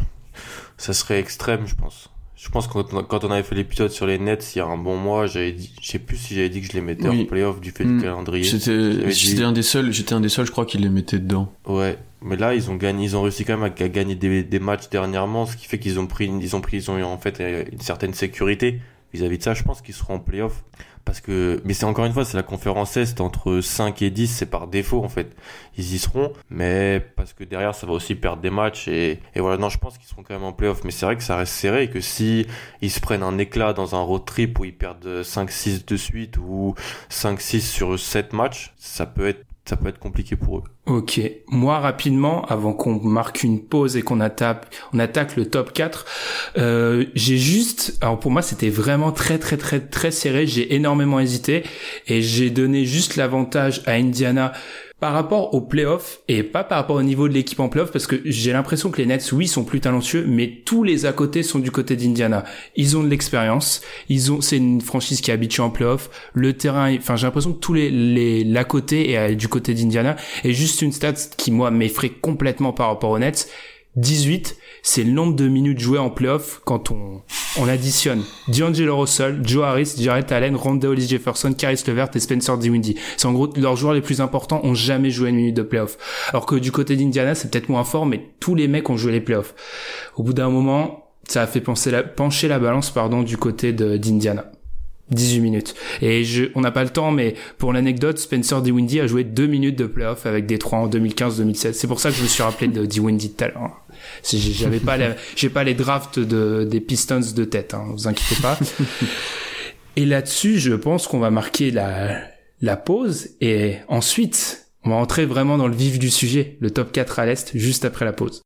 Speaker 5: Ça serait extrême, je pense. Je pense que quand on, quand on avait fait l'épisode sur les Nets il y a un bon mois, j'avais dit, je sais plus si j'avais dit que je les mettais oui. en playoff du fait mmh. du calendrier.
Speaker 6: J'étais, j'étais dit... un des seuls, j'étais un des seuls, je crois, qui les mettait dedans.
Speaker 5: Ouais. Mais là, ils ont gagné, ils ont réussi quand même à, à gagner des, des matchs dernièrement, ce qui fait qu'ils ont pris, ils ont pris, ils ont eu en fait une certaine sécurité vis-à-vis de ça. Je pense qu'ils seront en playoff parce que, mais c'est encore une fois, c'est la conférence Est, entre cinq et dix, c'est par défaut, en fait. Ils y seront, mais parce que derrière, ça va aussi perdre des matchs, et, et voilà, non, je pense qu'ils seront quand même en play-off, mais c'est vrai que ça reste serré, et que si ils se prennent un éclat dans un road trip où ils perdent cinq six de suite, ou cinq six sur sept matchs, ça peut être ça peut être compliqué pour eux.
Speaker 4: Ok. Moi, rapidement, avant qu'on marque une pause et qu'on attaque, on attaque le top quatre, euh, j'ai juste, alors pour moi, c'était vraiment très, très, très, très serré. J'ai énormément hésité et j'ai donné juste l'avantage à Indiana par rapport aux playoffs et pas par rapport au niveau de l'équipe en playoffs, parce que j'ai l'impression que les Nets, oui, sont plus talentueux, mais tous les à côté sont du côté d'Indiana. Ils ont de l'expérience, ils ont, c'est une franchise qui est habituée en playoffs, le terrain, enfin, j'ai l'impression que tous les, les, l'à côté est du côté d'Indiana. Et juste une stat qui, moi, m'effraie complètement par rapport aux Nets. dix-huit, c'est le nombre de minutes jouées en playoff quand on, on additionne D'Angelo Russell, Joe Harris, Jarrett Allen, Rondae Hollis-Jefferson, Caris LeVert et Spencer Dinwiddie. C'est en gros, leurs joueurs les plus importants ont jamais joué une minute de playoff. Alors que du côté d'Indiana, c'est peut-être moins fort, mais tous les mecs ont joué les playoffs. Au bout d'un moment, ça a fait penser la, pencher la balance, pardon, du côté de, d'Indiana. dix-huit minutes. Et je, on n'a pas le temps, mais pour l'anecdote, Spencer Dinwiddie a joué deux minutes de playoff avec Détroit en deux mille quinze deux mille seize. C'est pour ça que je me suis rappelé de Dinwiddie tout à l'heure. J'avais pas la, j'ai pas les drafts de, des Pistons de tête, hein, vous inquiétez pas. Et là-dessus, je pense qu'on va marquer la, la pause et ensuite, on va entrer vraiment dans le vif du sujet, le top quatre à l'Est, juste après la pause.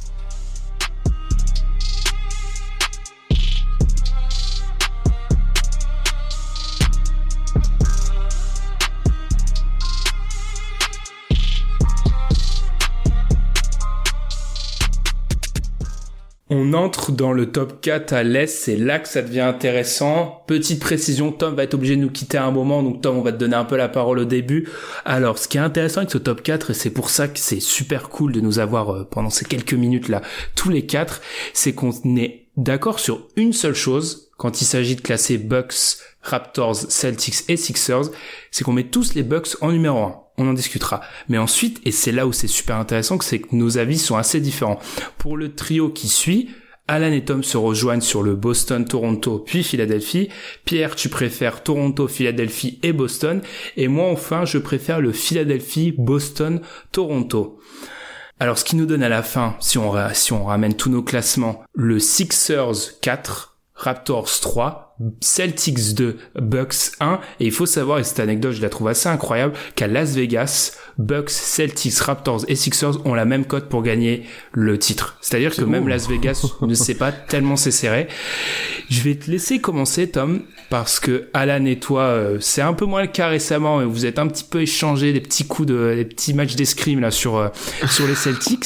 Speaker 4: On entre dans le top quatre à l'Est, c'est là que ça devient intéressant. Petite précision, Tom va être obligé de nous quitter un moment, donc Tom, on va te donner un peu la parole au début. Alors, ce qui est intéressant avec ce top quatre, et c'est pour ça que c'est super cool de nous avoir euh, pendant ces quelques minutes-là, tous les quatre, c'est qu'on est d'accord sur une seule chose, quand il s'agit de classer Bucks, Raptors, Celtics et Sixers, c'est qu'on met tous les Bucks en numéro un. On en discutera. Mais ensuite, et c'est là où c'est super intéressant, c'est que nos avis sont assez différents. Pour le trio qui suit, Alan et Tom se rejoignent sur le Boston, Toronto, puis Philadelphie. Pierre, tu préfères Toronto, Philadelphie et Boston. Et moi, enfin, je préfère le Philadelphie, Boston, Toronto. Alors, ce qui nous donne à la fin, si on, si on ramène tous nos classements, le Sixers quatre, Raptors trois, Celtics deux, Bucks un, et il faut savoir, et cette anecdote je la trouve assez incroyable, qu'à Las Vegas, Bucks, Celtics, Raptors et Sixers ont la même cote pour gagner le titre. C'est-à-dire c'est que beau. Même Las Vegas ne sait pas tellement c'est serré. Je vais te laisser commencer, Tom, parce que Alan et toi, euh, c'est un peu moins le cas récemment, mais vous êtes un petit peu échangé des petits coups de, des petits matchs d'escrime là sur euh, sur les Celtics,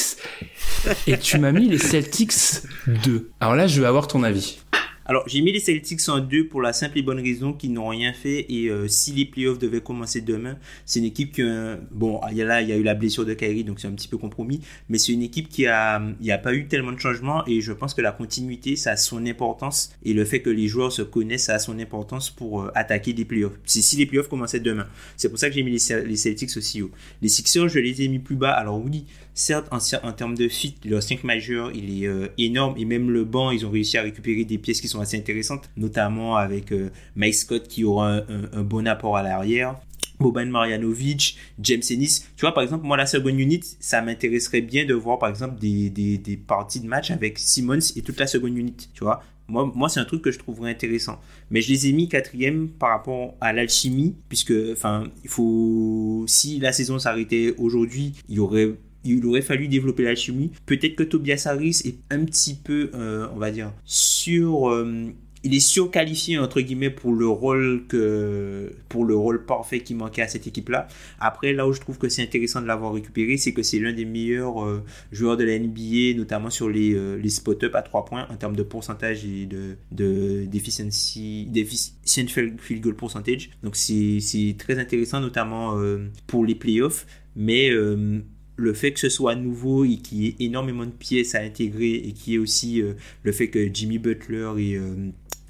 Speaker 4: et tu m'as mis les Celtics deux. Alors là, je veux avoir ton avis.
Speaker 7: Alors, j'ai mis les Celtics en deux pour la simple et bonne raison qu'ils n'ont rien fait. Et euh, si les playoffs devaient commencer demain, c'est une équipe qui... Euh, bon, il y a là, il y a eu la blessure de Kyrie, donc c'est un petit peu compromis. Mais c'est une équipe qui a... Il n'y a pas eu tellement de changements. Et je pense que la continuité, ça a son importance. Et le fait que les joueurs se connaissent, ça a son importance pour euh, attaquer des playoffs. C'est si les playoffs commençaient demain. C'est pour ça que j'ai mis les, les Celtics aussi haut. Les Sixers, je les ai mis plus bas. Alors oui, certes, en, en termes de fit, leur cinq majeur, il est euh, énorme. Et même le banc, ils ont réussi à récupérer des pièces qui sont assez intéressantes, notamment avec euh, Mike Scott qui aura un, un, un bon apport à l'arrière, Boban Marjanovic, James Ennis. Tu vois, par exemple, moi, la seconde unit, ça m'intéresserait bien de voir, par exemple, des, des, des parties de match avec Simmons et toute la seconde unit, tu vois. Moi, moi, c'est un truc que je trouverais intéressant. Mais je les ai mis quatrième par rapport à l'alchimie, puisque, enfin, il faut... Si la saison s'arrêtait aujourd'hui, il y aurait... Il aurait fallu développer l'alchimie. Peut-être que Tobias Harris est un petit peu, euh, on va dire, sur... Euh, il est surqualifié, entre guillemets, pour le rôle que, pour le rôle parfait qui manquait à cette équipe-là. Après, là où je trouve que c'est intéressant de l'avoir récupéré, c'est que c'est l'un des meilleurs euh, joueurs de la N B A, notamment sur les, euh, les spot-up à trois points, en termes de pourcentage et de, de d'efficiency, d'efficient field goal percentage. Donc, c'est, c'est très intéressant, notamment euh, pour les playoffs. Mais... Euh, le fait que ce soit nouveau et qu'il y ait énormément de pièces à intégrer et qu'il y ait aussi euh, le fait que Jimmy Butler et, euh,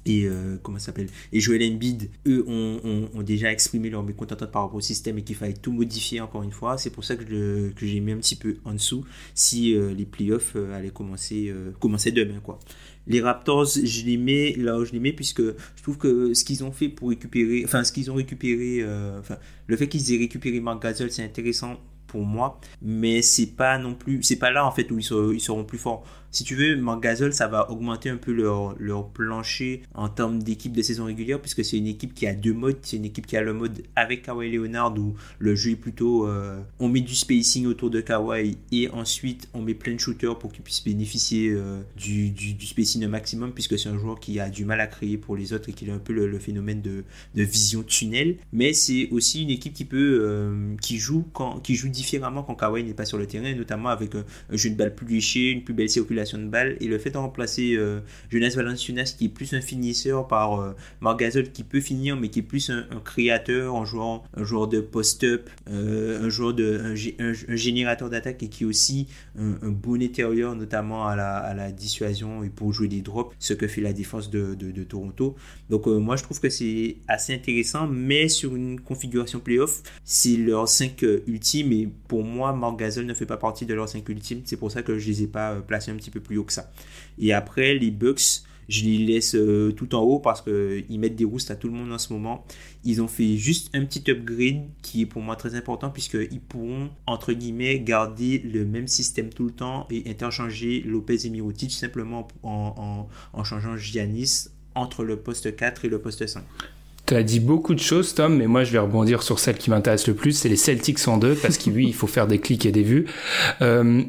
Speaker 7: et euh, comment ça s'appelle et Joel Embiid, eux ont, ont, ont déjà exprimé leur mécontentement par rapport au système et qu'il fallait tout modifier encore une fois. C'est pour ça que, je, que j'ai mis un petit peu en dessous si euh, les playoffs euh, allaient commencer, euh, commencer demain, quoi. Les Raptors, je les mets là où je les mets, puisque je trouve que ce qu'ils ont fait pour récupérer, enfin ce qu'ils ont récupéré, euh, enfin le fait qu'ils aient récupéré Marc Gasol, c'est intéressant pour moi, mais c'est pas non plus, c'est pas là en fait où ils seront, ils seront plus forts. Si tu veux, Marc Gasol, ça va augmenter un peu leur, leur plancher en termes d'équipe de saison régulière, puisque c'est une équipe qui a deux modes. C'est une équipe qui a le mode avec Kawhi Leonard, où le jeu est plutôt... Euh, on met du spacing autour de Kawhi, et ensuite on met plein de shooters pour qu'ils puissent bénéficier euh, du, du, du spacing au maximum, puisque c'est un joueur qui a du mal à créer pour les autres et qui a un peu le, le phénomène de, de vision tunnel. Mais c'est aussi une équipe qui peut... Euh, qui, joue quand, qui joue différemment quand Kawhi n'est pas sur le terrain, notamment avec un, un jeu de balle plus léché, une plus belle circulation de balle, et le fait de remplacer euh, Jonas Valanciunas qui est plus un finisseur par euh, Marc Gasol qui peut finir mais qui est plus un, un créateur, un joueur, un joueur de post-up, euh, un joueur de un, un, un générateur d'attaque, et qui est aussi un, un bon intérieur, notamment à la, à la dissuasion et pour jouer des drops, ce que fait la défense de, de, de Toronto. Donc euh, moi je trouve que c'est assez intéressant, mais sur une configuration playoff, c'est leur cinq euh, ultime, et pour moi Marc Gasol ne fait pas partie de leur cinq ultime. C'est pour ça que je les ai pas euh, placés un petit peu plus haut que ça. Et après les Bucks, je les laisse euh, tout en haut parce qu'ils mettent des roustes à tout le monde en ce moment. Ils ont fait juste un petit upgrade qui est pour moi très important, puisqu'ils pourront entre guillemets garder le même système tout le temps et interchanger Lopez et Mirotic simplement en, en, en changeant Giannis entre le poste quatre et le poste cinq.
Speaker 4: Tu as dit beaucoup de choses, Tom, mais moi je vais rebondir sur celle qui m'intéresse le plus, c'est les Celtics en deux, parce que oui, il faut faire des clics et des vues. Euh,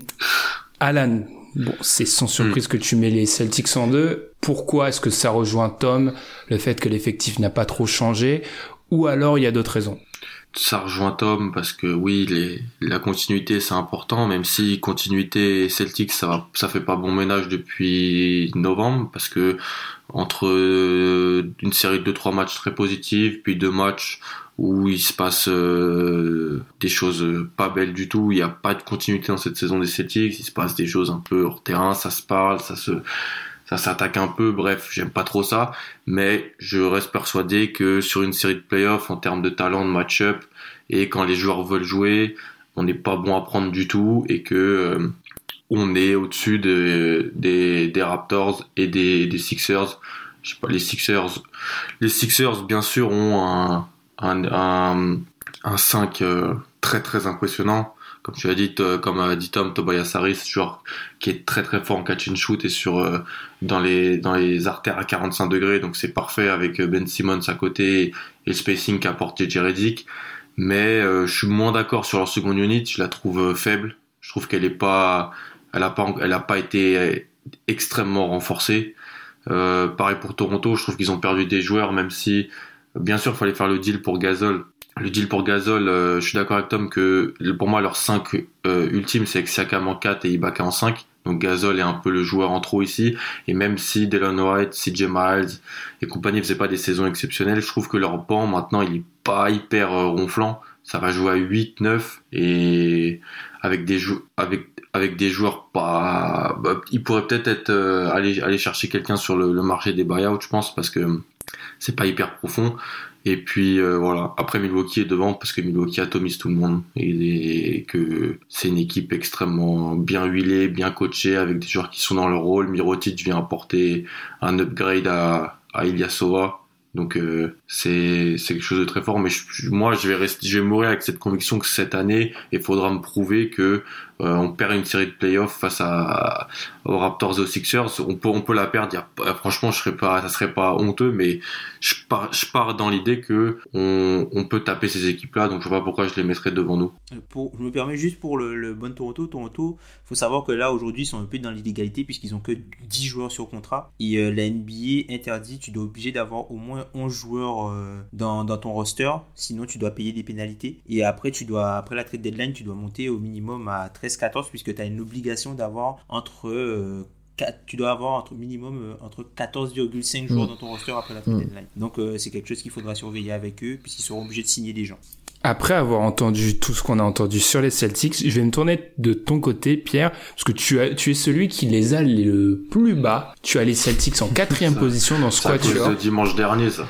Speaker 4: Alan, bon, c'est sans surprise mmh. que tu mets les Celtics en deux. Pourquoi est-ce que ça rejoint Tom, le fait que l'effectif n'a pas trop changé, ou alors il y a d'autres raisons?
Speaker 5: Ça rejoint Tom parce que oui, les, la continuité c'est important, même si continuité Celtics ça va, ça fait pas bon ménage depuis novembre, parce que entre une série de deux trois matchs très positifs, puis deux matchs où il se passe euh, des choses pas belles du tout, il n'y a pas de continuité dans cette saison des Celtics, il se passe des choses un peu hors terrain, ça se parle, ça se ça s'attaque un peu, bref, j'aime pas trop ça, mais je reste persuadé que sur une série de playoffs, en termes de talent, de match-up, et quand les joueurs veulent jouer, on n'est pas bon à prendre du tout, et que euh, on est au-dessus de, des, des Raptors et des, des Sixers. Je sais pas, les Sixers, les Sixers, bien sûr, ont un, un, un, un cinq euh, très très impressionnant. Comme tu as dit, t- comme a dit Tom, Tobias Harris, joueur qui est très très fort en catch and shoot et sur euh, dans les dans les artères à quarante-cinq degrés, donc c'est parfait avec Ben Simmons à côté et le spacing qu'apporte J J Redick. Mais euh, je suis moins d'accord sur leur seconde unit, je la trouve euh, faible. Je trouve qu'elle est pas, elle a pas, elle a pas été extrêmement renforcée. Euh, pareil pour Toronto, je trouve qu'ils ont perdu des joueurs, même si bien sûr il fallait faire le deal pour Gasol. Le deal pour Gasol, euh, je suis d'accord avec Tom que pour moi leur cinq euh, ultime c'est Siakam en quatre et Ibaka en cinq. Donc Gasol est un peu le joueur en trop ici. Et même si Delon Wright, C J Miles et compagnie faisaient pas des saisons exceptionnelles, je trouve que leur banc maintenant il est pas hyper euh, ronflant. Ça va jouer à huit, neuf et avec des jou- avec avec des joueurs pas, bah, ils pourraient peut-être être euh, aller aller chercher quelqu'un sur le, le marché des buyouts, je pense, parce que c'est pas hyper profond. Et puis euh, voilà, après Milwaukee est devant parce que Milwaukee atomise tout le monde et, et que c'est une équipe extrêmement bien huilée, bien coachée avec des joueurs qui sont dans leur rôle. Mirotic vient apporter un upgrade à, à Ilyasova. Donc euh, c'est c'est quelque chose de très fort, mais je, moi je vais rester, je vais mourir avec cette conviction que cette année il faudra me prouver que euh, on perd une série de playoffs face à aux Raptors et aux Sixers, on peut on peut la perdre. Y a, franchement, je serais pas, ça serait pas honteux, mais je pars je pars dans l'idée que on on peut taper ces équipes-là, donc je vois pas pourquoi je les mettrais devant nous.
Speaker 7: Pour, je me permets juste pour le, le bon Toronto, Toronto, faut savoir que là aujourd'hui ils sont un peu dans l'illégalité puisqu'ils ont que dix joueurs sur contrat et euh, la N B A interdit, tu dois obligé d'avoir au moins onze joueurs euh, dans, dans ton roster, sinon tu dois payer des pénalités et après tu dois après la trade deadline tu dois monter au minimum à treize quatorze puisque tu as une obligation d'avoir entre euh, quatre, tu dois avoir entre minimum euh, entre quatorze virgule cinq joueurs mmh. dans ton roster après la trade mmh. deadline. Donc euh, c'est quelque chose qu'il faudra surveiller avec eux puisqu'ils seront obligés de signer des gens.
Speaker 4: Après avoir entendu tout ce qu'on a entendu sur les Celtics, je vais me tourner de ton côté, Pierre, parce que tu as, tu es celui qui les a le plus bas. Tu as les Celtics en quatrième position dans ce quatuor.
Speaker 5: C'est dimanche dernier, ça.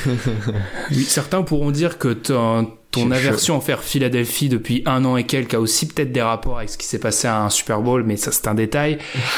Speaker 4: Oui, certains pourront dire que ton, ton aversion envers Philadelphie depuis un an et quelques a aussi peut-être des rapports avec ce qui s'est passé à un Super Bowl, mais ça c'est un détail.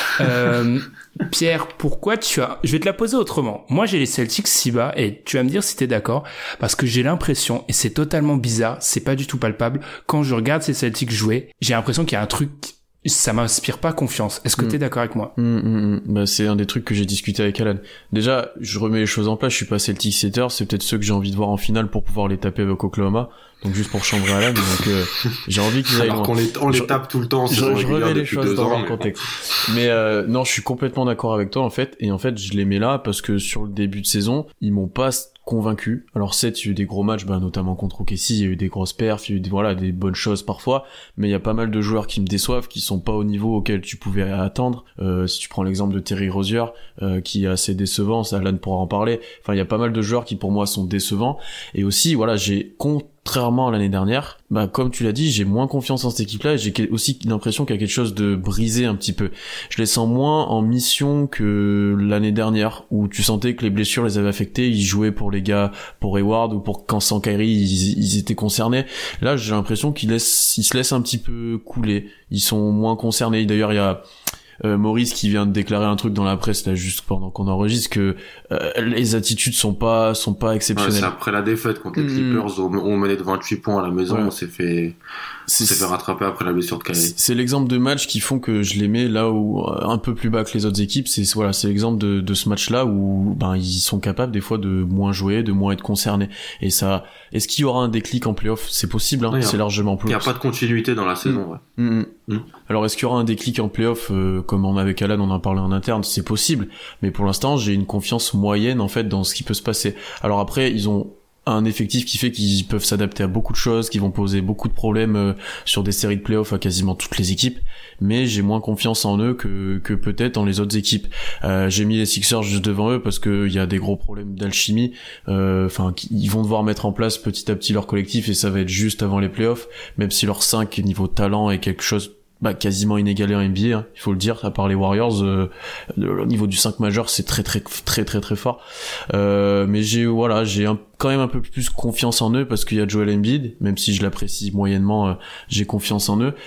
Speaker 4: Euh, Pierre, pourquoi tu as... Je vais te la poser autrement. Moi, j'ai les Celtics si bas, et tu vas me dire si t'es d'accord, parce que j'ai l'impression, et c'est totalement bizarre, c'est pas du tout palpable, quand je regarde ces Celtics jouer, j'ai l'impression qu'il y a un truc... ça m'inspire pas confiance. Est-ce que mmh. t'es d'accord avec moi?
Speaker 6: mmh, mmh, mmh. Bah, c'est un des trucs que j'ai discuté avec Alan. Déjà, je remets les choses en place, je suis pas Celtics hater, c'est peut-être ceux que j'ai envie de voir en finale pour pouvoir les taper avec Oklahoma. Donc juste pour chambrer Alan, donc euh, j'ai envie qu'ils aillent
Speaker 5: Alors
Speaker 6: loin.
Speaker 5: qu'on les, on les tape tout le temps,
Speaker 6: je, je remets les choses dans leur contexte. Mais euh, non, je suis complètement d'accord avec toi en fait, et en fait je les mets là parce que sur le début de saison, ils m'ont pas convaincu. Alors certes, il y a eu des gros matchs, bah, notamment contre O K C, il y a eu des grosses perfs, il y a eu des, voilà, des bonnes choses parfois, mais il y a pas mal de joueurs qui me déçoivent, qui sont pas au niveau auquel tu pouvais attendre. Euh, si tu prends l'exemple de Terry Rozier, euh, qui est assez décevant, ça Alan pourra en parler. Enfin, il y a pas mal de joueurs qui pour moi sont décevants. Et aussi, voilà, j'ai contrairement à l'année dernière, bah comme tu l'as dit, j'ai moins confiance en cette équipe-là et j'ai aussi l'impression qu'il y a quelque chose de brisé un petit peu. Je les sens moins en mission que l'année dernière où tu sentais que les blessures les avaient affectés, ils jouaient pour les gars, pour Hayward ou pour quand sans Kyrie, ils, ils étaient concernés. Là, j'ai l'impression qu'ils laissent, ils se laissent un petit peu couler. Ils sont moins concernés. D'ailleurs, il y a Euh, Maurice qui vient de déclarer un truc dans la presse là juste pendant qu'on enregistre que euh, les attitudes sont pas sont pas exceptionnelles.
Speaker 5: Ouais, c'est après la défaite contre les Clippers, mmh. on menait de vingt-huit points à la maison, ouais. on s'est fait
Speaker 6: c'est,
Speaker 5: on s'est fait rattraper après la blessure de Kyrie.
Speaker 6: C'est, c'est l'exemple de match qui font que je les mets là où un peu plus bas que les autres équipes. C'est voilà, c'est l'exemple de, de ce match-là où ben ils sont capables des fois de moins jouer, de moins être concernés. Et ça, est-ce qu'il y aura un déclic en play-off? C'est possible, hein, oui, c'est largement plus.
Speaker 5: Il y a pas de continuité dans la saison. Mmh. Ouais.
Speaker 6: Mmh. Mmh. Alors est-ce qu'il y aura un déclic en play-off euh, comme on a avec Alan, on en parlait en interne, c'est possible. Mais pour l'instant, j'ai une confiance moyenne en fait dans ce qui peut se passer. Alors après, ils ont un effectif qui fait qu'ils peuvent s'adapter à beaucoup de choses, qui vont poser beaucoup de problèmes euh, sur des séries de playoffs à quasiment toutes les équipes, mais j'ai moins confiance en eux que que peut-être dans les autres équipes. Euh, j'ai mis les Sixers juste devant eux parce que il y a des gros problèmes d'alchimie. Enfin, euh, ils vont devoir mettre en place petit à petit leur collectif et ça va être juste avant les playoffs, même si leur cinq niveau talent est quelque chose bah quasiment inégalé en N B A, hein, il faut le dire, à part les Warriors, euh, au niveau du cinq majeur, c'est très très très très très fort. Euh, mais j'ai voilà, j'ai un, quand même un peu plus confiance en eux parce qu'il y a Joel Embiid, même si je l'apprécie moyennement, euh, j'ai confiance en eux.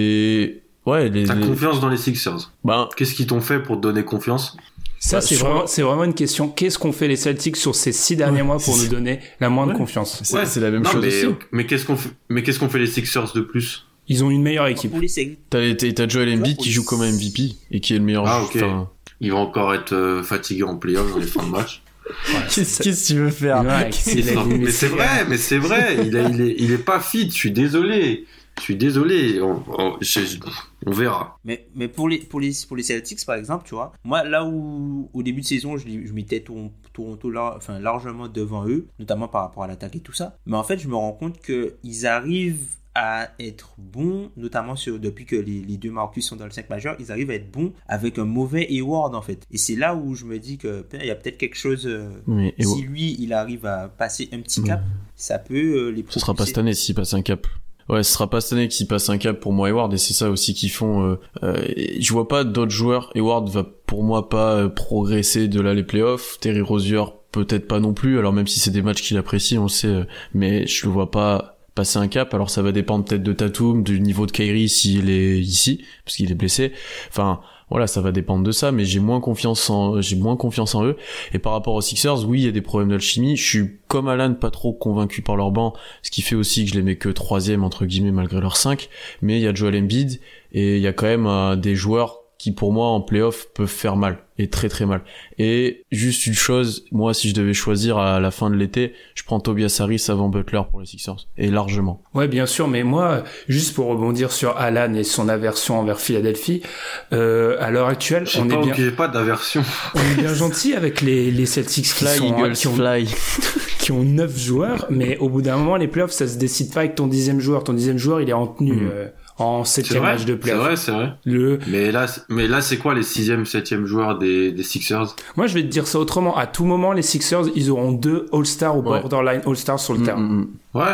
Speaker 6: Et ouais, les,
Speaker 5: t'as
Speaker 6: les...
Speaker 5: confiance dans les Sixers. Ben, qu'est-ce qu'ils t'ont fait pour te donner confiance?
Speaker 4: Ça, bah, c'est sur... vraiment, c'est vraiment une question. Qu'est-ce qu'ont fait les Celtics sur ces six derniers ouais, mois pour nous donner la moindre ouais. confiance?
Speaker 6: C'est, ouais. c'est la même non, chose
Speaker 5: mais,
Speaker 6: aussi.
Speaker 5: Mais qu'est-ce qu'on fait, mais qu'est-ce qu'on fait les Sixers de plus?
Speaker 4: Ils ont une meilleure équipe.
Speaker 6: T'as, t'as Joel Embiid qui joue comme M V P et qui est le meilleur.
Speaker 5: Ah, ok.
Speaker 6: Enfin...
Speaker 5: Il va encore être euh, fatigué en playoff dans les fins de match.
Speaker 6: Ouais, qu'est-ce, qu'est-ce que tu veux faire?
Speaker 5: Ouais, non, mais c'est vrai, mais c'est vrai. Il, a, il est, il est pas fit. Je suis désolé. Je suis désolé. On, on, je, on verra.
Speaker 7: Mais, mais pour les, pour les, pour les Celtics, par exemple, tu vois, moi, là où, au début de saison, je, je mettais Toronto là, enfin, largement devant eux, notamment par rapport à l'attaque et tout ça. Mais en fait, je me rends compte qu'ils arrivent à être bons, notamment sur, depuis que les, les deux Marcus sont dans le cinq majeur, ils arrivent à être bons avec un mauvais Hayward en fait. Et c'est là où je me dis que il y a peut-être quelque chose, euh, mais, si lui il arrive à passer un petit cap, mmh. ça peut euh, les propulser.
Speaker 6: Ce sera pas cette année s'il passe un cap. Ouais, ce sera pas cette année qu'il passe un cap pour moi Hayward, et c'est ça aussi qu'ils font. Euh, euh, je vois pas d'autres joueurs. Hayward va pour moi pas euh, progresser de là les playoffs. Terry Rozier peut-être pas non plus. Alors même si c'est des matchs qu'il apprécie, on le sait, euh, mais je le vois pas passer un cap. Alors ça va dépendre peut-être de Tatum, du niveau de Kyrie s'il est ici, parce qu'il est blessé. Enfin, voilà, ça va dépendre de ça, mais j'ai moins confiance en, j'ai moins confiance en eux. Et par rapport aux Sixers, oui, il y a des problèmes d'alchimie. Je suis, comme Alan, pas trop convaincu par leur banc, ce qui fait aussi que je les mets que troisième, entre guillemets, malgré leurs cinq. Mais il y a Joel Embiid, et il y a quand même euh, des joueurs qui, pour moi, en play-off, peuvent faire mal. Et très très mal. Et juste une chose, moi si je devais choisir à la fin de l'été, je prends Tobias Harris avant Butler pour les Sixers. Et largement.
Speaker 4: Ouais, bien sûr, mais moi, juste pour rebondir sur Alan et son aversion envers Philadelphie, euh, à l'heure actuelle,
Speaker 5: j'ai
Speaker 4: on
Speaker 5: pas
Speaker 4: est bien...
Speaker 5: J'ai pas d'aversion.
Speaker 4: On est bien gentil avec les, les Celtics qui
Speaker 6: fly,
Speaker 4: sont...
Speaker 6: Eagles,
Speaker 4: qui ont,
Speaker 6: fly.
Speaker 4: qui ont neuf joueurs, mais au bout d'un moment, les playoffs, ça se décide pas avec ton dixième joueur. Ton dixième joueur, il est en tenue... Mmh. Euh... en septième match de playoff.
Speaker 5: C'est vrai, c'est vrai.
Speaker 4: Le...
Speaker 5: Mais là, mais là, c'est quoi les sixième, septième joueurs des, des Sixers?
Speaker 4: Moi, je vais te dire ça autrement. À tout moment, les Sixers, ils auront deux All-Stars ou borderline ouais. All-Stars sur le mmh, terrain.
Speaker 5: Mmh. Ouais.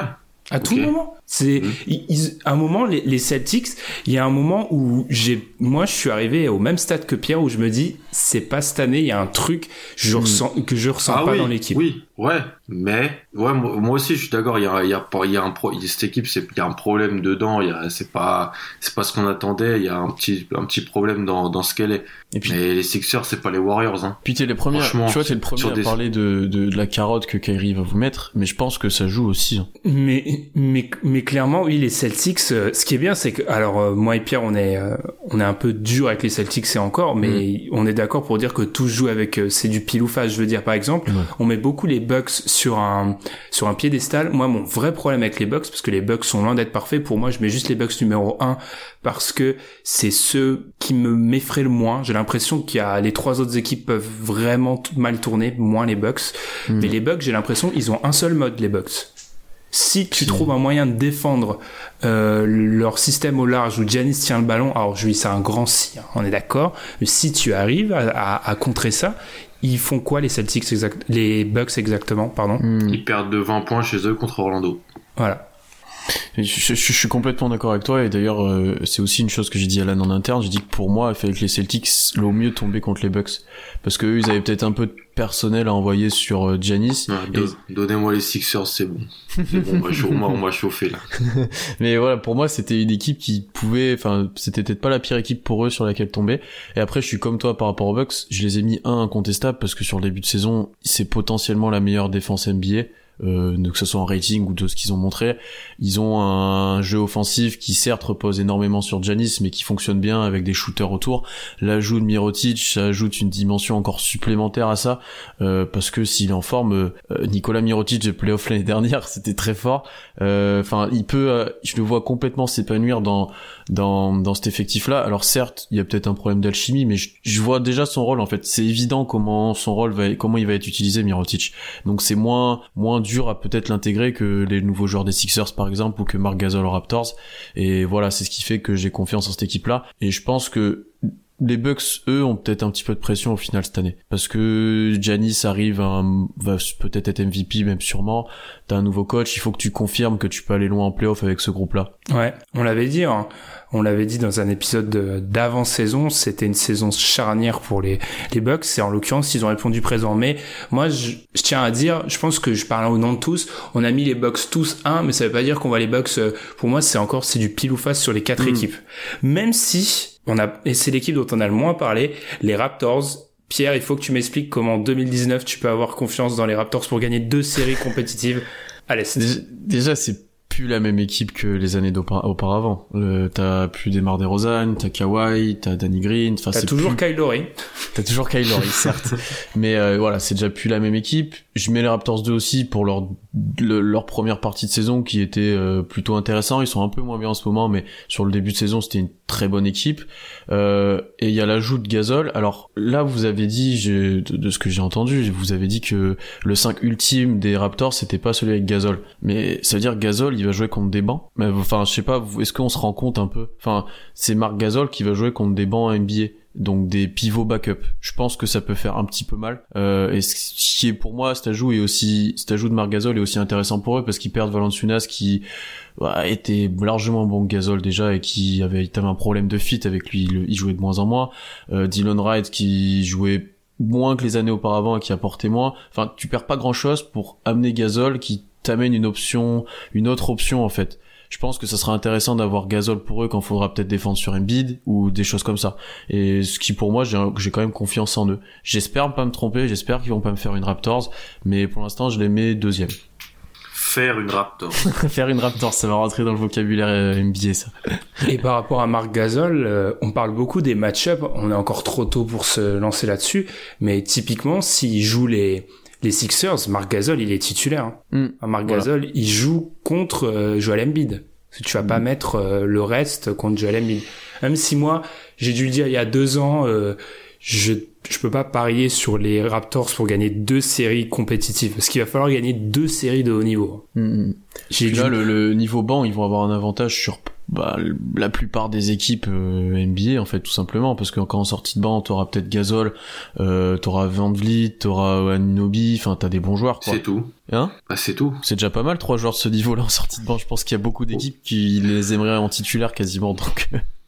Speaker 4: À tout
Speaker 9: Okay.
Speaker 4: moment. C'est, mmh. ils, ils, à un moment, les, les Celtics, il y a un moment où j'ai, moi, je suis arrivé au même stade que Pierre où je me dis, c'est pas cette année, il y a un truc je mmh. ressens, que je ressens
Speaker 9: ah
Speaker 4: pas
Speaker 9: oui,
Speaker 4: dans l'équipe.
Speaker 9: Oui, ouais, mais, ouais, moi, moi aussi, je suis d'accord, il y a, il y a, il y a un pro, cette équipe, c'est, il y a un problème dedans, il y a, c'est pas, c'est pas ce qu'on attendait, il y a un petit, un petit problème dans, dans ce qu'elle est. Et puis, mais les Sixers, c'est pas les Warriors, hein.
Speaker 6: Puis t'es les premiers, tu vois, t'es le premier à des... parler de, de, de la carotte que Kyrie va vous mettre, mais je pense que ça joue aussi, hein.
Speaker 4: Mais, mais, mais clairement, oui, les Celtics, euh, ce qui est bien, c'est que, alors, euh, moi et Pierre, on est, euh, on est un peu dur avec les Celtics et encore, mais mmh. on est d'accord pour dire que tout se joue avec, euh, c'est du pile ou face. Je veux dire, par exemple, mmh. on met beaucoup les Bucks sur un, sur un piédestal. Moi, mon vrai problème avec les Bucks, parce que les Bucks sont loin d'être parfaits, pour moi, je mets juste les Bucks numéro un, parce que c'est ceux qui me m'effraient le moins. J'ai l'impression qu'il y a, les trois autres équipes peuvent vraiment tout mal tourner, moins les Bucks. Mmh. Mais les Bucks, j'ai l'impression, ils ont un seul mode, les Bucks. Si tu trouves un moyen de défendre euh, leur système au large où Giannis tient le ballon, alors je lui c'est un grand si, hein, on est d'accord, mais si tu arrives à, à, à contrer ça, ils font quoi les Celtics exact, les Bucks exactement, pardon
Speaker 9: mmh. Ils perdent de vingt points chez eux contre Orlando.
Speaker 4: Voilà.
Speaker 6: Je, je, je suis complètement d'accord avec toi et d'ailleurs euh, c'est aussi une chose que j'ai dit à Alan en interne, j'ai dit que pour moi avec les Celtics le mieux tomber contre les Bucks parce que eux ils avaient peut-être un peu de personnel à envoyer sur euh, Giannis.
Speaker 9: Ouais, do- et... Donnez-moi les Sixers, c'est bon. C'est bon, on va chauffer, on va chauffer là.
Speaker 6: Mais voilà, pour moi c'était une équipe qui pouvait, enfin c'était peut-être pas la pire équipe pour eux sur laquelle tomber. Et après je suis comme toi par rapport aux Bucks, je les ai mis un incontestable parce que sur le début de saison c'est potentiellement la meilleure défense N B A. Euh, que ce soit en rating ou de ce qu'ils ont montré, ils ont un jeu offensif qui certes repose énormément sur Giannis mais qui fonctionne bien avec des shooters autour. L'ajout de Mirotic, ça ajoute une dimension encore supplémentaire à ça euh, parce que s'il est en forme, euh, Nikola Mirotic de playoff l'année dernière c'était très fort. Enfin, euh, il peut, euh, je le vois complètement s'épanouir dans dans dans cet effectif-là. Alors certes, il y a peut-être un problème d'alchimie, mais je, je vois déjà son rôle en fait. C'est évident comment son rôle va, comment il va être utilisé Mirotic. Donc c'est moins moins dur à peut-être l'intégrer que les nouveaux joueurs des Sixers par exemple ou que Marc Gasol aux Raptors. Et voilà, c'est ce qui fait que j'ai confiance en cette équipe-là. Et je pense que les Bucks, eux, ont peut-être un petit peu de pression au final cette année. Parce que Giannis arrive à un, va peut-être être M V P, même sûrement. T'as un nouveau coach, il faut que tu confirmes que tu peux aller loin en playoff avec ce groupe-là.
Speaker 4: Ouais, on l'avait dit, hein. On l'avait dit dans un épisode de, d'avant-saison, c'était une saison charnière pour les, les Bucks, et en l'occurrence, ils ont répondu présent. Mais moi, je, je tiens à dire, je pense que je parle au nom de tous, on a mis les Bucks tous un, mais ça veut pas dire qu'on va les Bucks, euh, pour moi, c'est encore, c'est du pile ou face sur les quatre mmh. équipes. Même si, on a, et c'est l'équipe dont on a le moins parlé, les Raptors. Pierre, il faut que tu m'expliques comment en deux mille dix-neuf, tu peux avoir confiance dans les Raptors pour gagner deux séries compétitives à l'Est.
Speaker 6: Déjà, déjà c'est plus la même équipe que les années auparavant. Euh, t'as plus Demar DeRozan, t'as Kawhi, t'as Danny Green. Enfin,
Speaker 4: t'as
Speaker 6: c'est
Speaker 4: toujours
Speaker 6: plus...
Speaker 4: Kyle Lowry.
Speaker 6: T'as toujours Kyle Lowry, certes. Mais euh, voilà, c'est déjà plus la même équipe. Je mets les Raptors deux aussi pour leur le, leur première partie de saison qui était euh, plutôt intéressant. Ils sont un peu moins bien en ce moment, mais sur le début de saison, c'était une très bonne équipe. Euh, et il y a l'ajout de Gasol. Alors là, vous avez dit, j'ai, de, de ce que j'ai entendu, vous avez dit que le cinq ultime des Raptors, c'était pas celui avec Gasol. Mais ça veut dire que Gasol, il va jouer contre des bancs. Mais enfin, je sais pas, est-ce qu'on se rend compte un peu? Enfin, c'est Marc Gasol qui va jouer contre des bancs N B A. Donc des pivots backup. Je pense que ça peut faire un petit peu mal. Euh, et ce qui est pour moi, cet ajout est aussi, cet ajout de Marc Gasol est aussi intéressant pour eux parce qu'ils perdent Valanciunas qui bah, était largement bon que Gasol déjà et qui avait, avait un problème de fit avec lui. Il, il jouait de moins en moins. Euh, Dylan Wright qui jouait moins que les années auparavant et qui apportait moins. Enfin, tu perds pas grand chose pour amener Gasol qui t'amène une option, une autre option en fait. Je pense que ça sera intéressant d'avoir Gasol pour eux quand il faudra peut-être défendre sur Embiid ou des choses comme ça. Et ce qui pour moi, j'ai, j'ai quand même confiance en eux. J'espère pas me tromper, j'espère qu'ils vont pas me faire une Raptors, mais pour l'instant, je les mets deuxième.
Speaker 9: Faire une Raptors.
Speaker 6: Faire une Raptors, ça va rentrer dans le vocabulaire N B A, ça.
Speaker 4: Et par rapport à Marc Gasol, euh, on parle beaucoup des match-ups, on est encore trop tôt pour se lancer là-dessus, mais typiquement, s'il joue les... Les Sixers, Marc Gasol, il est titulaire. Hein. Mm, Marc voilà. Gasol, il joue contre euh, Joel Embiid. Parce que tu vas mm. pas mettre euh, le reste contre Joel Embiid. Même si moi, j'ai dû le dire il y a deux ans, euh, je je peux pas parier sur les Raptors pour gagner deux séries compétitives. Parce qu'il va falloir gagner deux séries de haut niveau.
Speaker 6: Mm. J'ai dû... Là, le, le niveau banc, ils vont avoir un avantage sur bah, la plupart des équipes euh, N B A en fait, tout simplement, parce que quand en sortie de banc, t'auras peut-être Gasol, euh, t'auras Van Vliet, t'auras Anunoby, enfin t'as des bons joueurs quoi.
Speaker 9: C'est tout.
Speaker 6: Hein
Speaker 9: bah c'est tout.
Speaker 6: C'est déjà pas mal trois joueurs de ce niveau-là en sortie de banc. Je pense qu'il y a beaucoup d'équipes qui les aimeraient en titulaire quasiment. Donc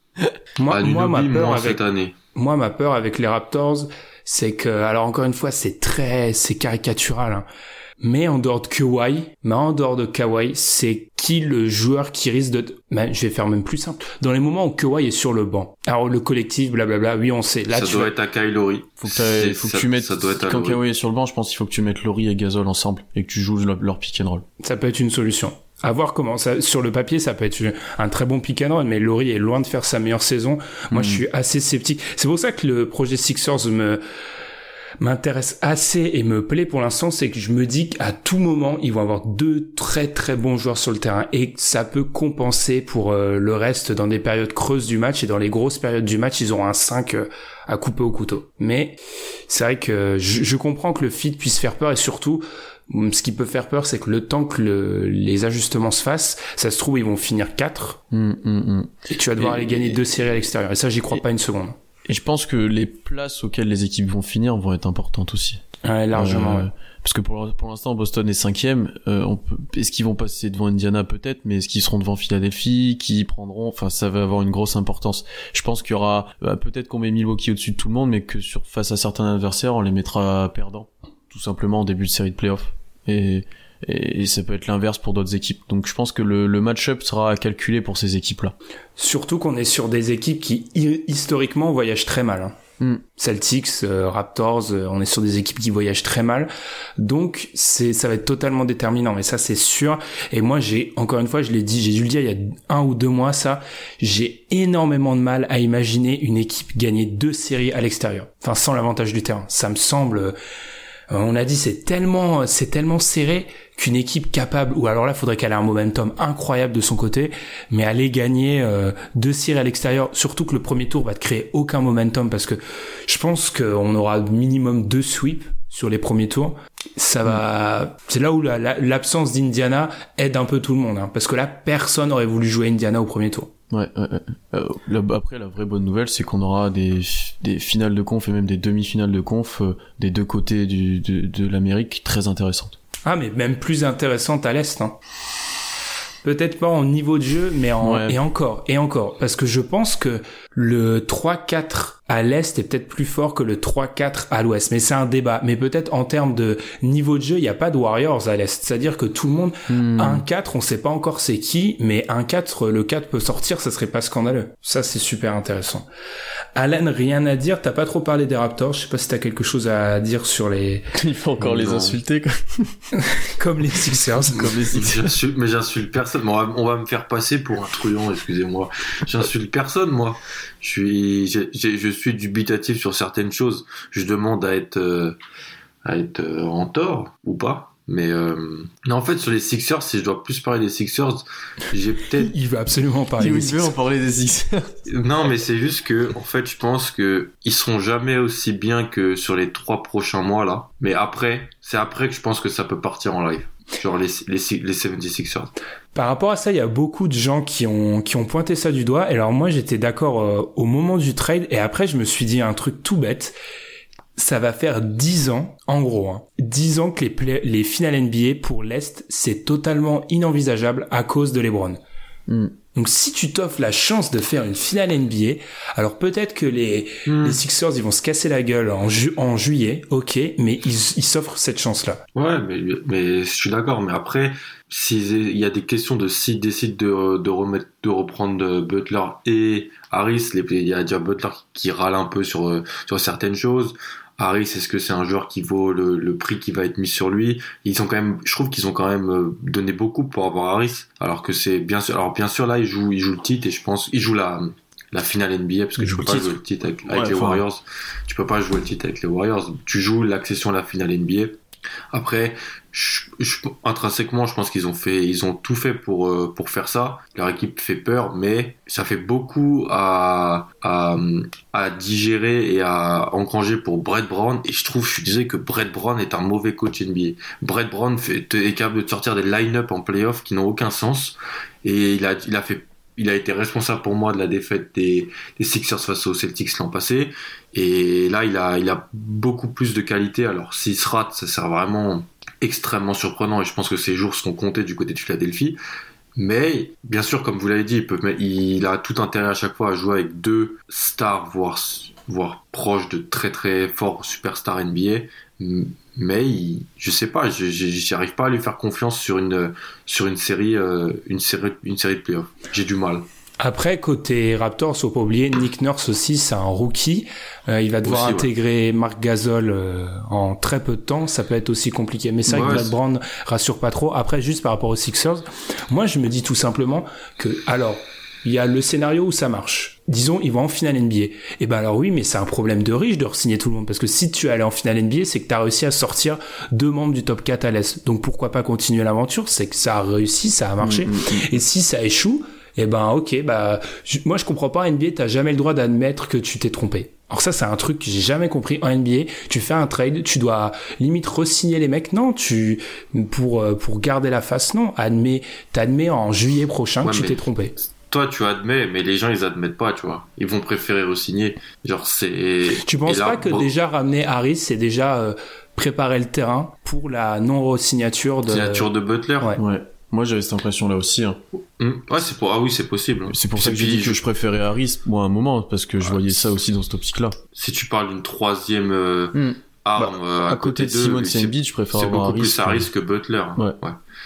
Speaker 4: moi,
Speaker 9: Anunoby,
Speaker 4: moi ma peur
Speaker 9: moi,
Speaker 4: avec
Speaker 9: cette année.
Speaker 4: Moi, ma peur avec les Raptors, c'est que, alors encore une fois, c'est très, c'est caricatural, hein. Mais en dehors de Kawhi, mais en dehors de Kawhi, c'est qui le joueur qui risque de, ben, je vais faire même plus simple. Dans les moments où Kawhi est sur le banc. Alors, le collectif, blablabla, oui, on sait. Là,
Speaker 9: ça
Speaker 4: tu
Speaker 9: doit
Speaker 4: vas...
Speaker 9: être à Kyle Lowry.
Speaker 6: Faut que, t'as, faut
Speaker 9: ça,
Speaker 6: que tu mettes,
Speaker 9: ça doit être à
Speaker 6: quand
Speaker 9: Lowry.
Speaker 6: Kawhi est sur le banc, je pense qu'il faut que tu mettes Lowry et Gasol ensemble et que tu joues leur, leur pick and roll.
Speaker 4: Ça peut être une solution. À voir comment ça, sur le papier, ça peut être un très bon pick and roll, mais Lowry est loin de faire sa meilleure saison. Moi, mmh. je suis assez sceptique. C'est pour ça que le projet Sixers me, m'intéresse assez et me plaît pour l'instant, c'est que je me dis qu'à tout moment, ils vont avoir deux très très bons joueurs sur le terrain et que ça peut compenser pour euh, le reste dans des périodes creuses du match, et dans les grosses périodes du match, ils auront un cinq euh, à couper au couteau. Mais c'est vrai que je, je comprends que le fit puisse faire peur, et surtout, ce qui peut faire peur, c'est que le temps que le, les ajustements se fassent, ça se trouve, ils vont finir quatre,
Speaker 6: mmh, mmh, mmh.
Speaker 4: et tu vas devoir et, aller gagner et, deux séries à l'extérieur. Et ça, j'y crois et, pas une seconde.
Speaker 6: Et je pense que les places auxquelles les équipes vont finir vont être importantes aussi.
Speaker 4: Ouais, largement.
Speaker 6: Euh,
Speaker 4: ouais.
Speaker 6: Parce que pour, pour l'instant, Boston est cinquième. Euh, on peut, est-ce qu'ils vont passer devant Indiana peut-être, mais est-ce qu'ils seront devant Philadelphie, qui prendront, enfin, ça va avoir une grosse importance. Je pense qu'il y aura, bah, peut-être qu'on met Milwaukee au-dessus de tout le monde, mais que sur, face à certains adversaires, on les mettra perdants. Tout simplement en début de série de playoffs. Et, et, et ça peut être l'inverse pour d'autres équipes. Donc je pense que le, le match-up sera à calculer pour ces équipes-là.
Speaker 4: Surtout qu'on est sur des équipes qui, historiquement, voyagent très mal, hein. Mm. Celtics, euh, Raptors, euh, on est sur des équipes qui voyagent très mal, donc c'est ça va être totalement déterminant, mais ça c'est sûr. Et moi j'ai, encore une fois, je l'ai dit, j'ai dû le dire il y a un ou deux mois, ça, j'ai énormément de mal à imaginer une équipe gagner deux séries à l'extérieur, enfin sans l'avantage du terrain. Ça me semble, euh, on a dit, c'est tellement c'est tellement serré qu'une équipe capable, ou alors là, faudrait qu'elle ait un momentum incroyable de son côté, mais aller gagner euh, deux séries à l'extérieur, surtout que le premier tour va te créer aucun momentum, parce que je pense qu'on aura minimum deux sweeps sur les premiers tours. Ça va, c'est là où la, la, l'absence d'Indiana aide un peu tout le monde, hein, parce que là, personne aurait voulu jouer Indiana au premier tour.
Speaker 6: Ouais, ouais, ouais. Euh, là, après, la vraie bonne nouvelle, c'est qu'on aura des, des finales de conf et même des demi-finales de conf euh, des deux côtés du, de, de l'Amérique très intéressantes.
Speaker 4: Ah, mais même plus intéressante à l'Est, hein. Peut-être pas en niveau de jeu, mais en, ouais. et encore, et encore. Parce que je pense que le trois quatre à l'Est est peut-être plus fort que le trois quatre à l'Ouest. Mais c'est un débat. Mais peut-être en termes de niveau de jeu, il n'y a pas de Warriors à l'Est. C'est-à-dire que tout le monde, hmm. un quatre, on sait pas encore c'est qui, mais un quatre, le quatre peut sortir, ça serait pas scandaleux. Ça, c'est super intéressant. Alan, rien à dire. T'as pas trop parlé des Raptors. Je sais pas si t'as quelque chose à dire sur les...
Speaker 6: Il faut encore non. les insulter, quoi.
Speaker 4: Comme les Sixers.
Speaker 6: Comme les Sixers.
Speaker 9: J'insulte, mais j'insulte personne. On va, on va me faire passer pour un truand, excusez-moi. J'insulte personne, moi. Je suis, j'ai, j'ai, je suis dubitatif sur certaines choses. Je demande à être, euh, à être euh, en tort ou pas. Mais euh... non, en fait, sur les Sixers, si je dois plus parler des Sixers, j'ai peut-être.
Speaker 4: Il veut absolument parler
Speaker 6: il
Speaker 4: des
Speaker 6: Sixers. Il veut en parler des Sixers.
Speaker 9: Non, mais c'est juste que, en fait, je pense que ils seront jamais aussi bien que sur les trois prochains mois là. Mais après, c'est après que je pense que ça peut partir en live. Genre les les les soixante-sixers.
Speaker 4: Par rapport à ça, il y a beaucoup de gens qui ont qui ont pointé ça du doigt. Et alors moi, j'étais d'accord euh, au moment du trade, et après, je me suis dit un truc tout bête. Ça va faire dix ans, en gros, hein, dix ans que les, play- les finales N B A pour l'Est, c'est totalement inenvisageable à cause de LeBron. Mm. Donc si tu t'offres la chance de faire une finale N B A, alors peut-être que les, mm. les Sixers, ils vont se casser la gueule en, ju- en juillet, ok, mais ils, ils s'offrent cette chance-là.
Speaker 9: Ouais, mais, mais je suis d'accord, mais après, s'il y a des questions de s'ils décident de, de, remettre, de reprendre Butler et Harris, les, il y a déjà Butler qui râle un peu sur, sur certaines choses. Harris, est-ce que c'est un joueur qui vaut le, le prix qui va être mis sur lui? Ils ont quand même, je trouve qu'ils ont quand même donné beaucoup pour avoir Harris, alors que c'est bien sûr, alors bien sûr là, il joue, il joue le titre, et je pense, il joue la, la finale N B A, parce que tu peux pas jouer le titre avec, avec ouais, les enfin... Warriors. Tu peux pas jouer le titre avec les Warriors. Tu joues l'accession à la finale N B A. Après, je, je, intrinsèquement, je pense qu'ils ont fait, ils ont tout fait pour euh, pour faire ça. Leur équipe fait peur, mais ça fait beaucoup à à, à digérer et à engranger pour Brett Brown. Et je trouve, je disais que Brett Brown est un mauvais coach N B A. Brett Brown fait, est capable de sortir des line-up en playoff qui n'ont aucun sens. Et il a il a fait il a été responsable pour moi de la défaite des, des Sixers face aux Celtics l'an passé. Et là, il a, il a beaucoup plus de qualité. Alors, s'il se rate, ça sert vraiment extrêmement surprenant. Et je pense que ses jours seront comptés du côté de Philadelphie. Mais, bien sûr, comme vous l'avez dit, il, peut, il a tout intérêt à chaque fois à jouer avec deux stars, voire, voire proches de très très forts superstars N B A. Mais il, je sais pas, je, je, j'arrive pas à lui faire confiance sur une, sur une série, euh, une série, une série de playoffs. J'ai du mal.
Speaker 4: Après, côté Raptors, faut pas oublier, Nick Nurse aussi, c'est un rookie. Euh, il va devoir aussi, intégrer ouais. Marc Gasol euh, en très peu de temps. Ça peut être aussi compliqué. Mais c'est vrai ouais, que Brad Brown rassure pas trop. Après, juste par rapport aux Sixers, moi, je me dis tout simplement que, alors, il y a le scénario où ça marche. Disons, ils vont en finale N B A. Et ben alors oui, mais c'est un problème de riche de re-signer tout le monde. Parce que si tu es allé en finale N B A, c'est que tu as réussi à sortir deux membres du top quatre à l'Est. Donc pourquoi pas continuer l'aventure? C'est que ça a réussi, ça a marché. Mmh, mmh. Et si ça échoue, et ben ok, bah je, moi je comprends pas, N B A, t'as jamais le droit d'admettre que tu t'es trompé. Alors ça, c'est un truc que j'ai jamais compris en N B A. Tu fais un trade, tu dois limite re-signer les mecs. Non, tu pour pour garder la face, non. Admets, t'admets en juillet prochain ouais, que tu t'es trompé.
Speaker 9: Toi, tu admets, mais les gens, ils admettent pas, tu vois. Ils vont préférer re-signer. Genre, c'est...
Speaker 4: Tu penses
Speaker 9: là,
Speaker 4: pas que
Speaker 9: bon... déjà
Speaker 4: ramener Harris, c'est déjà euh, préparer le terrain pour la non-re-signature de...
Speaker 9: Signature de Butler?
Speaker 6: Ouais. ouais. Moi, j'avais cette impression-là aussi. Hein.
Speaker 9: Mmh. Ouais, c'est pour... Ah oui, c'est possible.
Speaker 6: C'est pour ça que j'ai dit que je préférais Harris, moi, à un moment, parce que je ah, voyais ça aussi dans cette optique-là.
Speaker 9: Si tu parles d'une troisième euh, mmh. arme
Speaker 6: bah,
Speaker 9: euh, à,
Speaker 6: à côté, côté de Simone Embiid, je préfère
Speaker 9: c'est
Speaker 6: avoir
Speaker 9: beaucoup
Speaker 6: Harris,
Speaker 9: plus Harris que Butler.
Speaker 6: Ouais.
Speaker 9: ouais.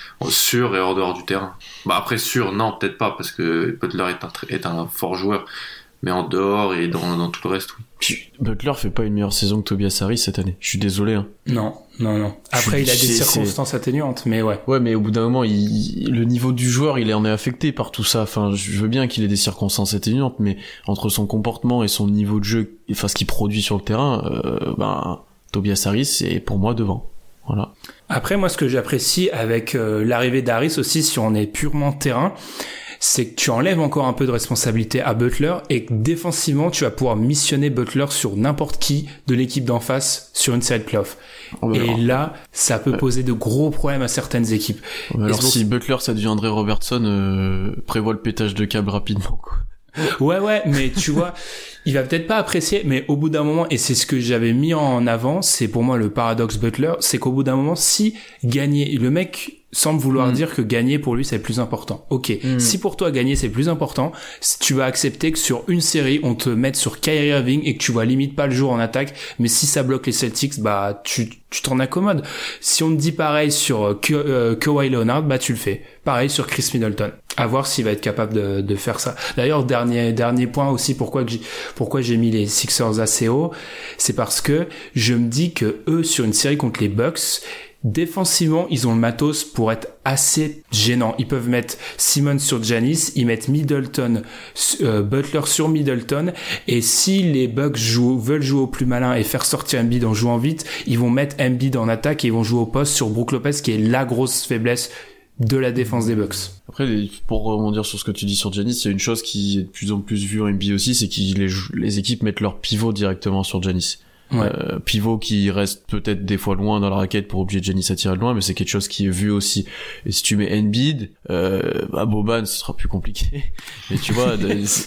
Speaker 9: Sûr et hors dehors du terrain. Bah après sûr, non, peut-être pas, parce que Butler est un, est un fort joueur, mais en dehors et dans, dans tout le reste, oui.
Speaker 6: Puis, Butler fait pas une meilleure saison que Tobias Harris cette année. Je suis désolé. Hein.
Speaker 4: Non, non, non. Après, il a des c'est, circonstances c'est... atténuantes, mais ouais.
Speaker 6: Ouais, mais au bout d'un moment, il, le niveau du joueur, il en est affecté par tout ça. Enfin, je veux bien qu'il ait des circonstances atténuantes, mais entre son comportement et son niveau de jeu, enfin ce qu'il produit sur le terrain, euh, ben Tobias Harris est pour moi devant. Voilà.
Speaker 4: Après, moi, ce que j'apprécie avec euh, l'arrivée d'Harris aussi, si on est purement terrain, c'est que tu enlèves encore un peu de responsabilité à Butler et que défensivement, tu vas pouvoir missionner Butler sur n'importe qui de l'équipe d'en face sur une série de playoffs. Oh, et alors. Là, ça peut poser de gros problèmes à certaines équipes.
Speaker 6: Oh, alors, si bon... Butler, ça deviendrait Robertson, euh, prévoit le pétage de câble rapidement, quoi.
Speaker 4: Ouais, ouais, mais tu vois, il va peut-être pas apprécier, mais au bout d'un moment, et c'est ce que j'avais mis en avant, c'est pour moi le paradoxe Butler, c'est qu'au bout d'un moment, si gagner, le mec semble vouloir mmh. dire que gagner pour lui c'est le plus important. Ok, mmh. si pour toi gagner c'est le plus important, tu vas accepter que sur une série on te mette sur Kyrie Irving et que tu vois limite pas le jour en attaque, mais si ça bloque les Celtics, bah tu tu t'en accommodes. Si on te dit pareil sur Ka- euh, Kawhi Leonard, bah tu le fais. Pareil sur Chris Middleton. À voir s'il va être capable de, de faire ça. D'ailleurs, dernier dernier point aussi, pourquoi que j'ai, pourquoi j'ai mis les Sixers assez haut, c'est parce que je me dis que eux sur une série contre les Bucks, défensivement, ils ont le matos pour être assez gênants. Ils peuvent mettre Simmons sur Giannis, ils mettent Middleton, euh, Butler sur Middleton, et si les Bucks jouent, veulent jouer au plus malin et faire sortir Embiid en jouant vite, ils vont mettre Embiid en attaque et ils vont jouer au poste sur Brook Lopez, qui est la grosse faiblesse de la défense des Bucks.
Speaker 6: Après, pour rebondir sur ce que tu dis sur Giannis, il y a une chose qui est de plus en plus vue en N B A aussi, c'est que les, les équipes mettent leur pivot directement sur Giannis. Ouais. Euh, pivot qui reste peut-être des fois loin dans la raquette pour obliger Giannis à tirer de loin, mais c'est quelque chose qui est vu aussi. Et si tu mets Embiid, euh, à Boban, ce sera plus compliqué. Mais tu vois,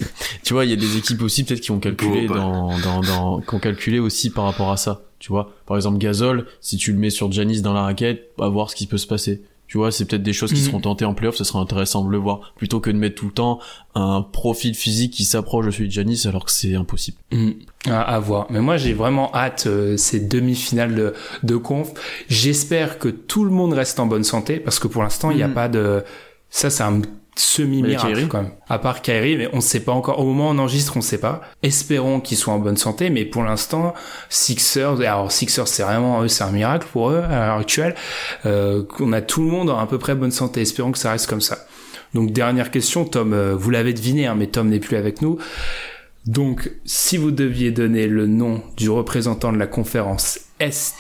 Speaker 6: tu vois, il y a des équipes aussi peut-être qui ont calculé dans, dans, dans, qui ont calculé aussi par rapport à ça. Tu vois, par exemple Gasol, si tu le mets sur Giannis dans la raquette, à voir ce qui peut se passer. Tu vois, c'est peut-être des choses qui mmh. seront tentées en play-off, ce sera intéressant de le voir, plutôt que de mettre tout le temps un profil physique qui s'approche de celui de Giannis, alors que c'est impossible.
Speaker 4: Mmh. À, à voir. Mais moi, j'ai vraiment hâte euh, ces demi-finales de, de conf. J'espère que tout le monde reste en bonne santé, parce que pour l'instant, il mmh. n'y a pas de... Ça, c'est un semi-miracle quand même. À part Kyrie, mais on sait pas encore. Au moment où on enregistre, on sait pas. Espérons qu'ils soient en bonne santé, mais pour l'instant, Sixers, alors Sixers, c'est vraiment, eux, c'est un miracle pour eux, à l'heure actuelle. Euh, on a tout le monde en à peu près bonne santé. Espérons que ça reste comme ça. Donc, dernière question, Tom, euh, vous l'avez deviné, hein, mais Tom n'est plus avec nous. Donc, si vous deviez donner le nom du représentant de la conférence Est,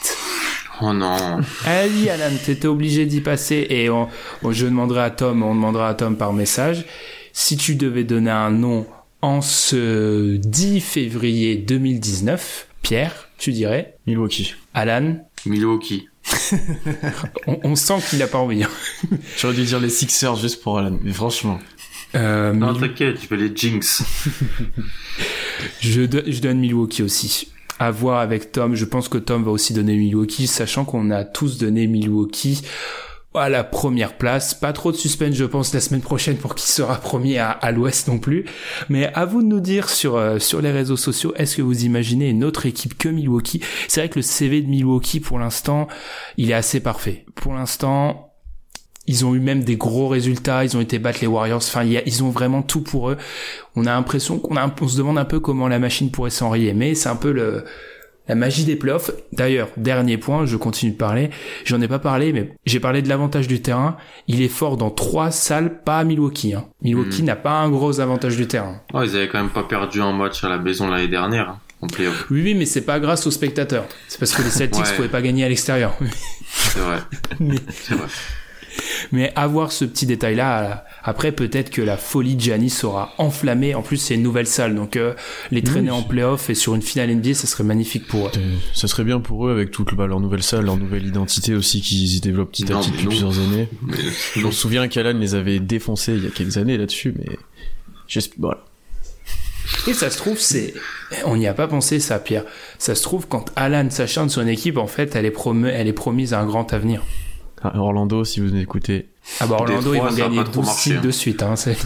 Speaker 9: oh non.
Speaker 4: Allez, Alan, t'étais obligé d'y passer et on, on, je demanderai à Tom, on demandera à Tom par message. Si tu devais donner un nom en ce dix février deux mille dix-neuf, Pierre, tu dirais?
Speaker 6: Milwaukee.
Speaker 4: Alan?
Speaker 9: Milwaukee.
Speaker 4: on, on sent qu'il a pas envie.
Speaker 6: J'aurais dû dire les Sixers juste pour Alan, mais franchement.
Speaker 4: Euh,
Speaker 9: non,
Speaker 4: Mil...
Speaker 9: t'inquiète, je vais les jinx.
Speaker 4: je, do- je donne Milwaukee aussi. À voir avec Tom. Je pense que Tom va aussi donner Milwaukee, sachant qu'on a tous donné Milwaukee à la première place. Pas trop de suspense, je pense, la semaine prochaine pour qui sera premier à, à l'Ouest non plus. Mais à vous de nous dire sur euh, sur les réseaux sociaux, est-ce que vous imaginez une autre équipe que Milwaukee? C'est vrai que le C V de Milwaukee, pour l'instant, il est assez parfait. Pour l'instant, ils ont eu même des gros résultats. Ils ont été battre les Warriors. Enfin, il y a, ils ont vraiment tout pour eux. On a l'impression qu'on a, un, on se demande un peu comment la machine pourrait s'enrayer. Mais c'est un peu le la magie des playoffs. D'ailleurs, dernier point, je continue de parler. J'en ai pas parlé, mais j'ai parlé de l'avantage du terrain. Il est fort dans trois salles, pas à Milwaukee. Hein. Milwaukee mmh. n'a pas un gros avantage du terrain.
Speaker 9: Oh, ils avaient quand même pas perdu un match à la maison l'année dernière, hein, en playoff.
Speaker 4: Oui, oui, mais c'est pas grâce aux spectateurs. C'est parce que les Celtics ouais. pouvaient pas gagner à l'extérieur.
Speaker 9: C'est vrai.
Speaker 4: mais...
Speaker 9: C'est vrai.
Speaker 4: Mais avoir ce petit détail-là, après peut-être que la folie de Giannis sera enflammée. En plus, c'est une nouvelle salle, donc euh, les traîner oui. en play-off et sur une finale N B A, ça serait magnifique pour eux.
Speaker 6: Ça serait bien pour eux avec toute bah, leur nouvelle salle, leur nouvelle identité aussi qu'ils y développent petit à petit depuis non. plusieurs années. Mais, je me souviens qu'Alan les avait défoncés il y a quelques années là-dessus, mais j'espère. Voilà.
Speaker 4: Et ça se trouve, c'est, on n'y a pas pensé ça, Pierre. Ça se trouve quand Alan s'acharne sur une équipe, en fait, elle est prom- elle est promise à un grand avenir.
Speaker 6: Ah, Orlando, si vous écoutez.
Speaker 4: Ah bah Orlando, ils vont gagner douze six de suite. Hein, c'est...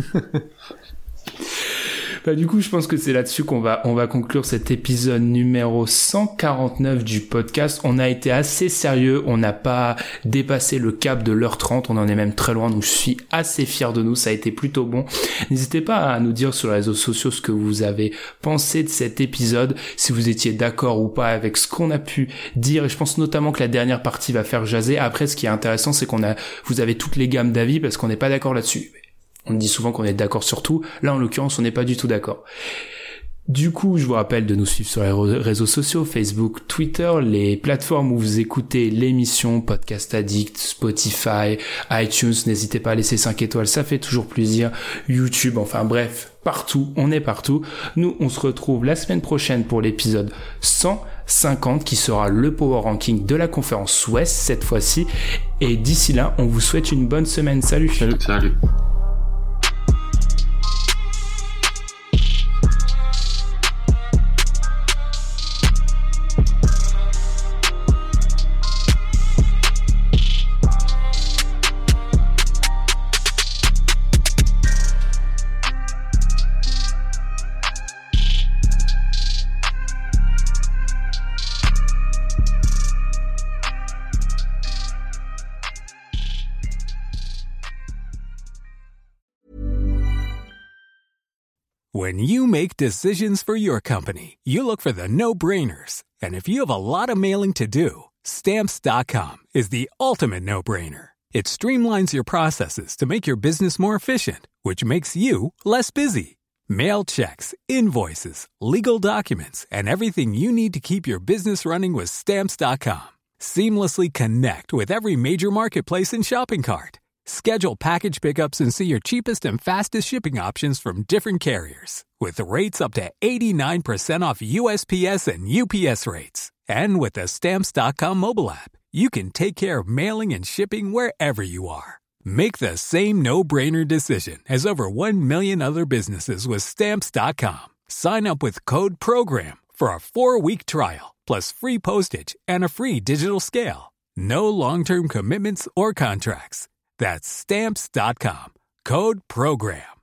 Speaker 4: bah du coup, je pense que c'est là-dessus qu'on va on va conclure cet épisode numéro cent quarante-neuf du podcast. On a été assez sérieux, on n'a pas dépassé le cap de l'heure trente, on en est même très loin, donc je suis assez fier de nous, ça a été plutôt bon. N'hésitez pas à nous dire sur les réseaux sociaux ce que vous avez pensé de cet épisode, si vous étiez d'accord ou pas avec ce qu'on a pu dire, et je pense notamment que la dernière partie va faire jaser. Après, ce qui est intéressant, c'est qu'on a vous avez toutes les gammes d'avis parce qu'on n'est pas d'accord là-dessus. On dit souvent qu'on est d'accord sur tout. Là, en l'occurrence, on n'est pas du tout d'accord. Du coup, je vous rappelle de nous suivre sur les réseaux sociaux, Facebook, Twitter, les plateformes où vous écoutez l'émission, Podcast Addict, Spotify, iTunes. N'hésitez pas à laisser cinq étoiles, ça fait toujours plaisir. YouTube, enfin bref, partout, on est partout. Nous, on se retrouve la semaine prochaine pour l'épisode cent cinquante qui sera le Power Ranking de la conférence Ouest cette fois-ci. Et d'ici là, on vous souhaite une bonne semaine. Salut.
Speaker 9: Salut. Salut.
Speaker 10: When you make decisions for your company, you look for the no-brainers. And if you have a lot of mailing to do, Stamps dot com is the ultimate no-brainer. It streamlines your processes to make your business more efficient, which makes you less busy. Mail checks, invoices, legal documents, and everything you need to keep your business running with Stamps dot com. Seamlessly connect with every major marketplace and shopping cart. Schedule package pickups and see your cheapest and fastest shipping options from different carriers. With rates up to eighty-nine percent off U S P S and U P S rates. And with the Stamps dot com mobile app, you can take care of mailing and shipping wherever you are. Make the same no-brainer decision as over one million other businesses with Stamps dot com. Sign up with code PROGRAM for a four-week trial, plus free postage and a free digital scale. No long-term commitments or contracts. That's Stamps dot com. Code PROGRAM.